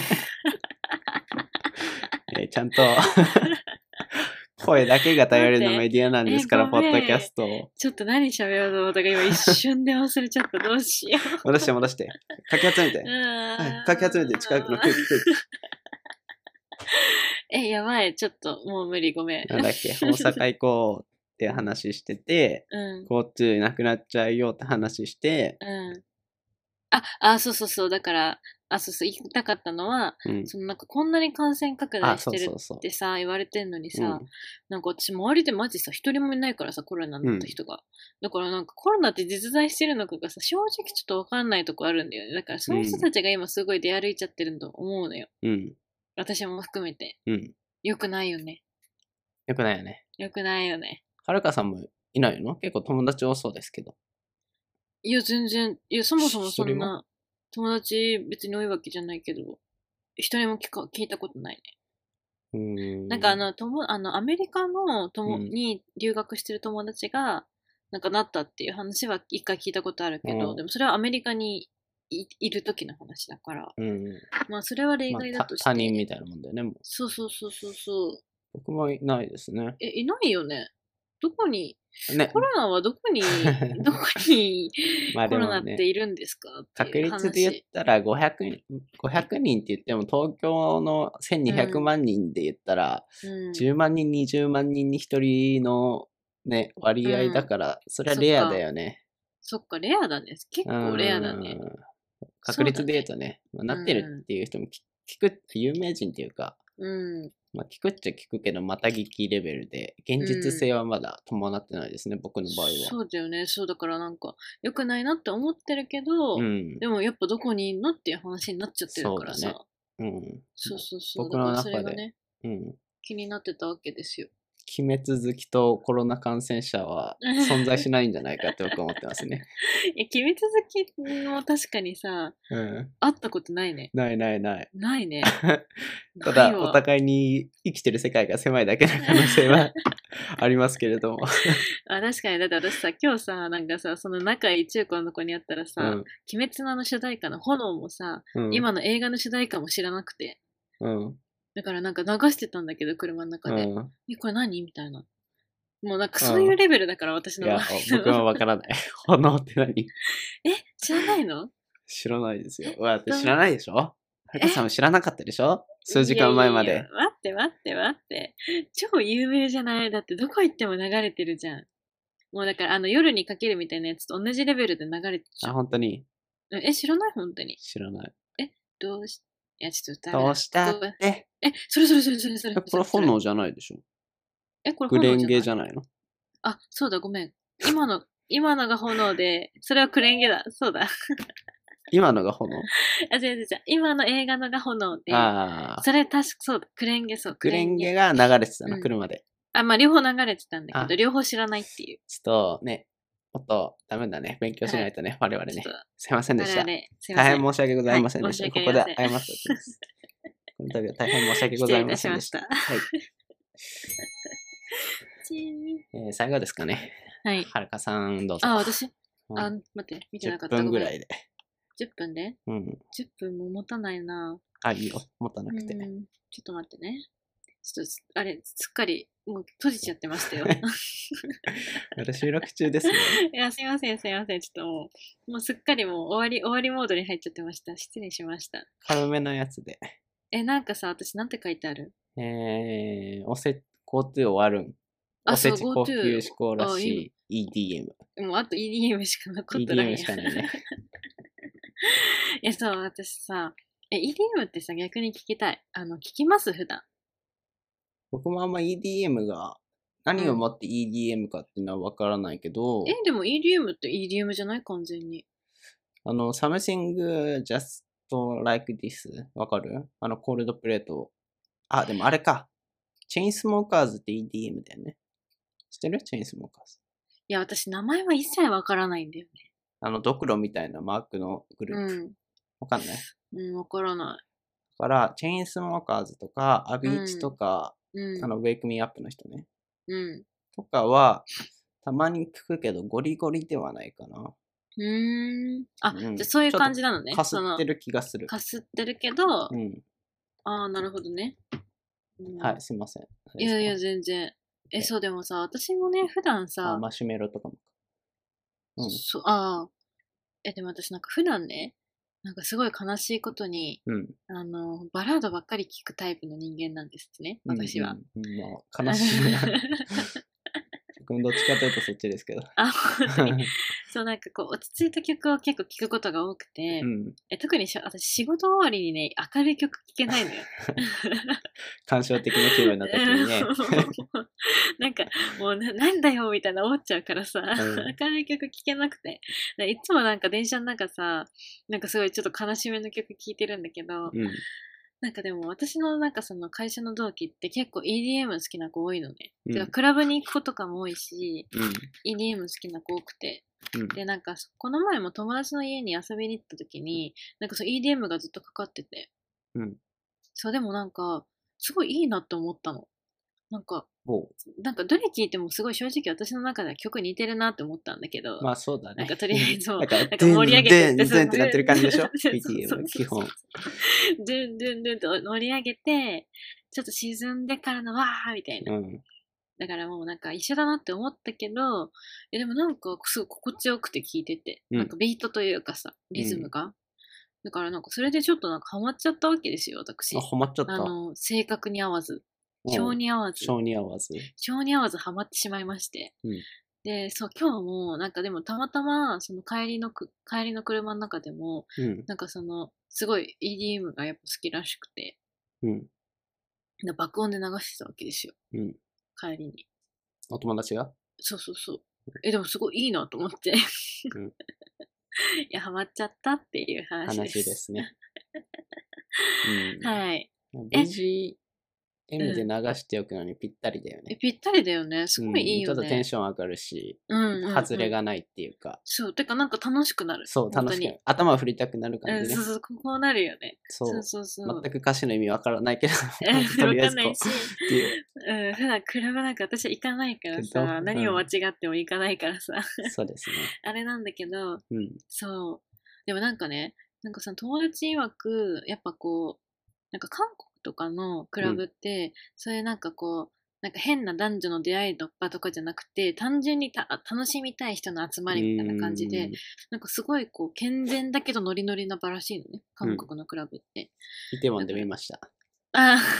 ちゃんと声だけが頼りのメディアなんですから、ポッドキャスト。 ちょっと何喋ろうと思ったか今一瞬で忘れちゃった。どうしよう。 戻して。かき集めて。かき集めて、近くの空気。 やばい。ちょっともう無理。ごめん。 なんだっけ、大阪行こうって話してて、GoTo なくなっちゃうよって話して、 そう。だから、言いたかったのは、なんかこんなに感染拡大してるってさ、言われてんのにさ、なんか私周りでマジさ、一人もいないからさ、コロナになった人が。だからなんかコロナって実在してるのかがさ、正直ちょっとわかんないとこあるんだよね。だからそういう人たちが今すごい出歩いちゃってると思うのよ。私も含めて。よくないよね。 よくないよね。 よくないよね。 はるかさんもいないの？結構友達多そうですけど。 いや、全然。いや、そもそもそんな、友達別に多いわけじゃないけど、一人も聞いたことないね。なんかアメリカのに留学してる友達が、なんかなったっていう話は一回聞いたことあるけど、でもそれはアメリカにいる時の話だから、まあそれは例外だとして。 他人みたいなもんだよね、もう。 そう。 僕もいないですね。 いないよね。どこに、コロナはどこにコロナっているんですか？ 確率で言ったら500人って言っても、東京の1200万人で言ったら、10万人、20万人に1人のね、割合だから、それはレアだよね。 そっか、レアだね。結構レアだね。 確率で言うとね、なってるっていう人も聞く、有名人っていうか、聞くっちゃ聞くけど、また聞きレベルで、現実性はまだ伴ってないですね、僕の場合は。 そうだよね。そうだからなんか、良くないなって思ってるけど、でもやっぱどこにいんのっていう話になっちゃってるからさ。そう。 僕の中で。 それがね、気になってたわけですよ。 鬼滅好きとコロナ感染者は存在しないんじゃないかって僕は思ってますね。 鬼滅好きも確かにさ、会ったことないね。 ない。 ないね。 ただ、お互いに生きてる世界が狭いだけの可能性はありますけれども。 確かに、だって私さ、今日さ、なんかさ、その仲いい中高の子に会ったらさ、鬼滅の主題歌の炎もさ、今の映画の主題歌も知らなくて。だからなんか流してたんだけど、車の中で。これ何みたいな。もうなんかそういうレベルだから、私の場合。 僕はわからない。炎って何？ 知らないの？ 知らないですよ。知らないでしょ？はるかさんも知らなかったでしょ？数時間前まで。 待って。超有名じゃない？だってどこ行っても流れてるじゃん。もうだから夜にかけるみたいなやつと同じレベルで流れてるじゃん。 本当に？ 知らない？本当に。 知らない。 どうし、いや、ちょっとどうしたって。 それ。 これ炎じゃないでしょ？ これ炎じゃない？グレンゲじゃないの？ そうだ、ごめん。今のが炎で、それはクレンゲだ。そうだ。 今のが炎？ 違う。今の映画のが炎で、それ確かそうだ、クレンゲそう。 クレンゲが流れてたの、車で。 まあ両方流れてたんだけど、両方知らないっていう。 ちょっとね、もっとダメだね。勉強しないとね、我々ね。すいませんでした。大変申し訳ございませんでした。ここで謝っておきます。この度は大変申し訳ございませんでした。最後ですかね。はるかさんどうぞ。 私？待って、見てなかった。 10分ぐらいで。 10分で？10分も持たないな。 いいよ。持たなくて。 ちょっと待ってね。ちょっと、すっかり、もう閉じちゃってましたよ。 まだ収録中ですね。 いや、すいません。ちょっともうすっかりもう終わりモードに入っちゃってました。失礼しました。 軽めのやつで。 なんかさ、私なんて書いてある？ GoTo 終わるん。おせち高級志向らしい EDM。 もうあと EDM しか残ってない。 EDM しかないね。 そう、私さ、EDM ってさ、逆に聞きたい。聞きます普段。 僕もあんま EDM が、何をもって EDM かっていうのはわからないけど。 でも EDM って EDM じゃない？完全に。 Something just like this わかる？コールドプレート。あ、でもあれか。チェインスモーカーズって EDM だよね。知ってる？チェインスモーカーズ。 いや、私名前は一切わからないんだよね。 ドクロみたいなマークのグループ。わかんない？ わからない。 だから、チェインスモーカーズとか、アビーチとか、ウェイクミーアップの人ね。とかは、たまに聞くけど、ゴリゴリではないかな。 あ、じゃあそういう感じなのね。 かすってる気がする。 かすってるけど、ああ、なるほどね。 はい、すいません。 いやいや、全然。そうでもさ、私もね、普段さ、 マシュメロとかも。 でも私なんか普段ね、なんかすごい悲しいことに、バラードばっかり聴くタイプの人間なんですね、私は。 まあ、悲しいな。僕もどっちかというとそっちですけど。 あ、本当に。そう、なんかこう、落ち着いた曲を結構聴くことが多くて、特に私仕事終わりにね、明るい曲聴けないのよ。 感傷的な気分の時にね。 なんか、もうなんだよみたいな思っちゃうからさ、明るい曲聴けなくて。いつもなんか電車の中さ、なんかすごいちょっと悲しめの曲聴いてるんだけど、なんかでも私のなんかその会社の同期って結構 EDM 好きな子多いのね。てかクラブに行く子とかも多いし、EDM 好きな子多くて。で、なんかこの前も友達の家に遊びに行った時に、なんかそう EDM がずっとかかってて。そう、でもなんか、すごいいいなって思ったの。なんかどれ聴いてもすごい正直私の中では曲似てるなって思ったんだけど。 まあそうだね。 なんかとりあえず、なんか盛り上げてってなってる感じでしょ ?BTM 基本。 ドゥンドゥンドゥンと盛り上げて、ちょっと沈んでからのわーみたいな。だからもうなんか一緒だなって思ったけど、でもなんかすごい心地よくて聴いてて、なんかビートというかさ、リズムが。だからなんかそれでちょっとなんかハマっちゃったわけですよ、私。 ハマっちゃった。 性格に合わず。性に合わず。 性に合わず。 性に合わずハマってしまいまして。で、そう、今日も、なんかでもたまたま、その帰りの車の中でも、なんかその、すごい EDM がやっぱ好きらしくて、爆音で流してたわけですよ。帰りに。 お友達が？ そうそうそう。でもすごいいいなと思って。いや、ハマっちゃったっていう話です。 話ですね。 はい。 BGM で流しておくのにぴったりだよね。 ぴったりだよね。すごいいいよね。 ちょっとテンション上がるし、外れがないっていうか。 そう、てかなんか楽しくなる。 そう、楽しくなる。頭を振りたくなる感じね。 そう、こうなるよね。 そう。全く歌詞の意味わからないけど、 とりあえずこう。っていう。普段クラブなんか私は行かないからさ、何を間違っても行かないからさ。 そうですね。 あれなんだけど、そう。でもなんかね、なんかその友達曰く、やっぱこう、なんか韓国とかのクラブって、そういうなんかこう、なんか変な男女の出会いの場とかじゃなくて、単純に楽しみたい人の集まりみたいな感じで、なんかすごいこう、健全だけどノリノリな場らしいのね、韓国のクラブって。 イテウォンで見ました。 ああ、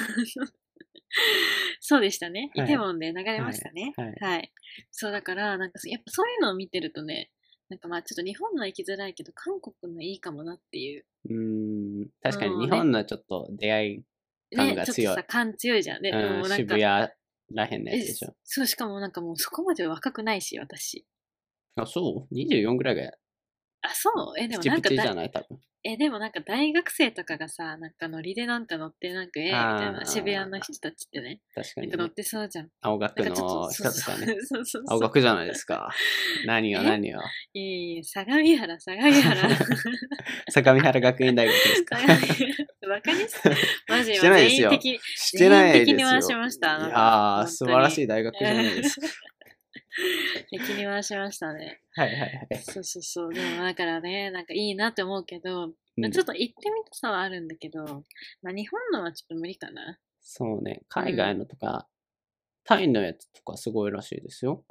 そうでしたね。イテウォンで流れましたね。はい。そうだから、なんかやっぱそういうのを見てるとね、なんかまあちょっと日本の行きづらいけど、韓国のいいかもなっていう。 確かに日本のちょっと出会い感が強い。 ちょっとさ、感強いじゃん。 渋谷らへんのやつでしょ。 そう、しかもなんかもうそこまで若くないし、私。 あ、そう ?24 ぐらいが。 あ、そうでもなんか。ピチピチじゃない多分。 でもなんか大学生とかがさ、なんかノリでなんか乗ってなんかみたいな渋谷の人たちってね。 確かに、 なんか乗ってそうじゃん。 青学の人とかね。青学じゃないですか。何を。 いや相模原。相模原学院大学ですか。 バカにマジしてないですよ。してないですよ。 に回しました。 いやー、素晴らしい大学じゃないですか。 気に回しましたね。 はい。 そう。でもだからね、なんかいいなって思うけど、ちょっと行ってみたさはあるんだけど、まあ日本のはちょっと無理かな。 そうね、海外のとか、タイのやつとかすごいらしいですよ。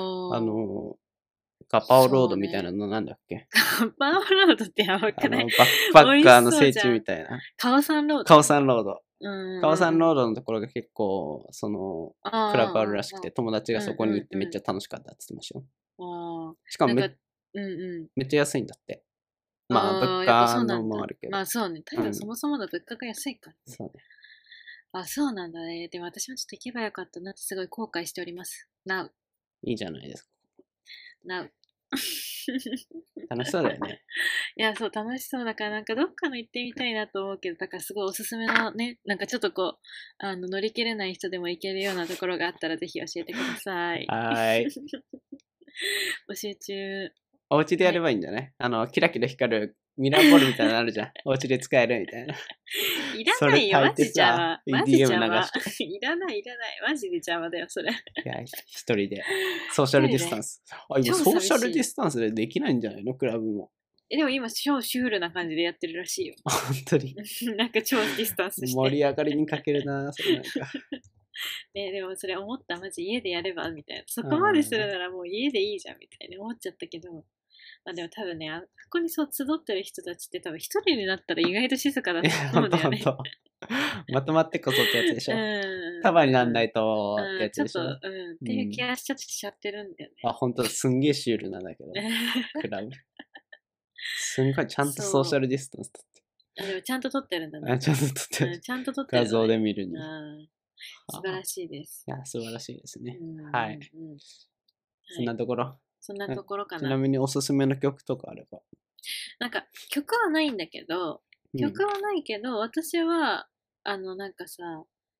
ガパオロードみたいなのなんだっけ？ ガパオロードってやばくない？ バックパッカーの聖地みたいな。 カオサンロード。 カオサンロードのところが結構、クラブあるらしくて、友達がそこに行ってめっちゃ楽しかったって言ってましたよ。しかもめっちゃ安いんだって。まあ、物価のもあるけど。 まあそうね。タイはそもそもの物価が安いからね。 そうね。 あ、そうなんだね。でも私もちょっと行けばよかったなってすごい後悔しております。Now。 いいじゃないですか。 Now。 楽しそうだよね。 いや、そう、楽しそうだから、なんかどっかの行ってみたいなと思うけど、だからすごいおすすめのね、なんかちょっとこう、乗り切れない人でも行けるようなところがあったら、ぜひ教えてください。 はい。 募集中。 お家でやればいいんじゃない？キラキラ光るミラーボールみたいなのあるじゃん。お家で使えるみたいな。 いらないよ、マジ邪魔。マジ EDM 邪魔。 流して。 いらない、いらない。マジで邪魔だよ、それ。 いや、一人で。ソーシャルディスタンス。あ、今ソーシャルディスタンスでできないんじゃないの？クラブも。 でも今、超シュールな感じでやってるらしいよ。 本当に。 なんか超ディスタンスして。 盛り上がりに欠けるな、それなんか。 ね、でもそれ思った、マジ家でやればみたいな。そこまでするならもう家でいいじゃんみたいに思っちゃったけど、まあでも多分ね、ここにそう集ってる人たちって多分一人になったら意外と静かだと思うんだよね。 まとまってこそってやつでしょ。束になんないとってやつでしょ。 ちょっと、っていう気がしちゃってるんだよね。 あ、本当だ、すんげえシュールなんだけど。クラブ。すんごいちゃんとソーシャルディスタンス取って。 でもちゃんと撮ってるんだね。 ちゃんと撮ってる。 ちゃんと撮ってる。 画像で見るに。 素晴らしいです。 いや、素晴らしいですね。はい。そんなところ。 そんなところかな。 ちなみにおすすめの曲とかあれば。 なんか、曲はないんだけど、私は、なんかさ、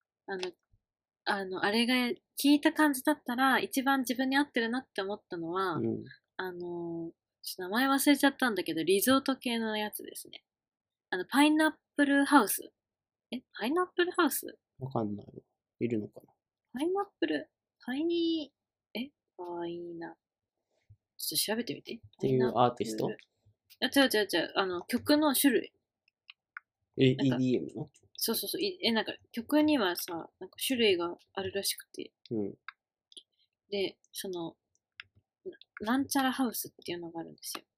あれが聞いた感じだったら、一番自分に合ってるなって思ったのは、ちょっと名前忘れちゃったんだけど、リゾート系のやつですね。パイナップルハウス。パイナップルハウス？ わかんない。いるのかな？ パイナップル、パイナ、ちょっと調べてみて。 っていうアーティスト？ 違う。曲の種類。 EDM の？ そう。なんか曲にはさ、なんか種類があるらしくて。で、なんちゃらハウスっていうのがあるんですよ。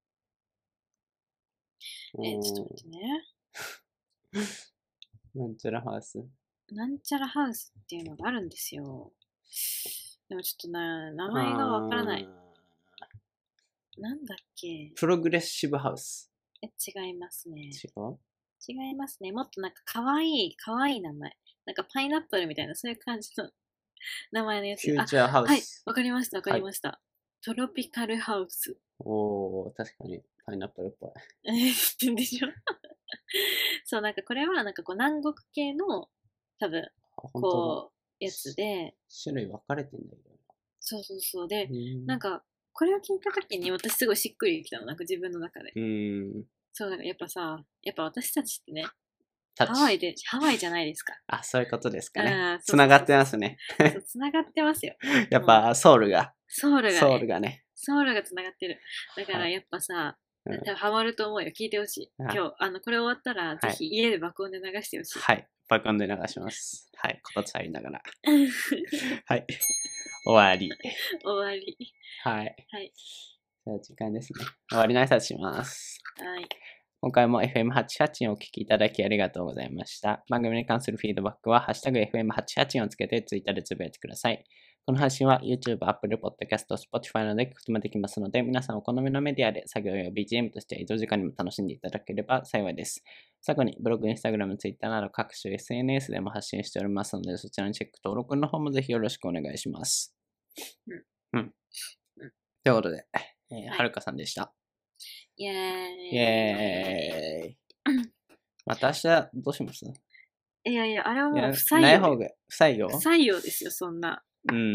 ちょっと待ってね。 なんちゃらハウス？ なんちゃらハウスっていうのがあるんですよ。でもちょっと名前がわからない。なんだっけ？ プログレッシブハウス。 違いますね。 違いますね。もっとなんかかわいい名前。なんかパイナップルみたいな、そういう感じの名前のやつ。 フューチャーハウス。 はい、わかりました。トロピカルハウス。 おー、確かにパイナップルっぽい。でしょそう、なんかこれはなんかこう南国系の多分、こう、やつで。 種類分かれてんだけど。 そう。で、なんか、これを聞いたときに私すごいしっくりきたの、なんか自分の中で。そう、なんかやっぱ私たちってね、ハワイじゃないですか。 あ、そういうことですかね。つながってますね。 つながってますよ。 やっぱソウルがつながってる。だからやっぱさ、ハマると思うよ。聞いてほしい。今日、これ終わったら、ぜひ家で爆音で流してほしい。 はい。爆音で流します。はい。こたつ入りながら。はい。終わり。はい。じゃあ時間ですね。終わりの挨拶します。 はい。 今回も FM88 をお聞きいただきありがとうございました。番組に関するフィードバックは、ハッシュタグ FM88 をつけてツイッターでつぶやいてください。この配信は YouTube、Apple Podcast、Spotify などで聞くこともできますので、皆さんお好みのメディアで作業や BGM として移動時間にも楽しんでいただければ幸いです。最後にブログ、Instagram、Twitter など各種 SNS でも発信しておりますので、そちらのチェック登録の方もぜひよろしくお願いします。ということで、はるかさんでした。 イエーイ。また明日どうします？ いや、あれはもう不採用。 ない方が不採用？ 不採用ですよ、そんな。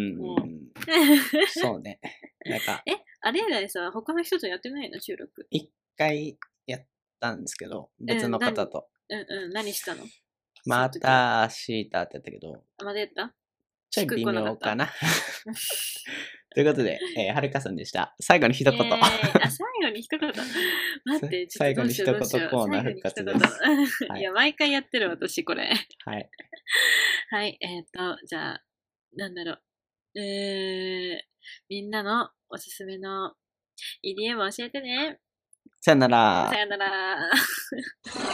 そうね。なんか。 あれ以来さ、他の人とやってないの？収録。 一回やったんですけど、別の方と。 何したの？ またシータってやったけど。 まだやった？ ちょい微妙かな。ということで、はるかさんでした。最後に一言。 最後に一言。待って、 最後に一言コーナー復活です。 いや、毎回やってる私、これ。 はい。 はい、じゃあ、なんだろう。みんなのおすすめの EDM 教えてね。 さよなら。 さよなら。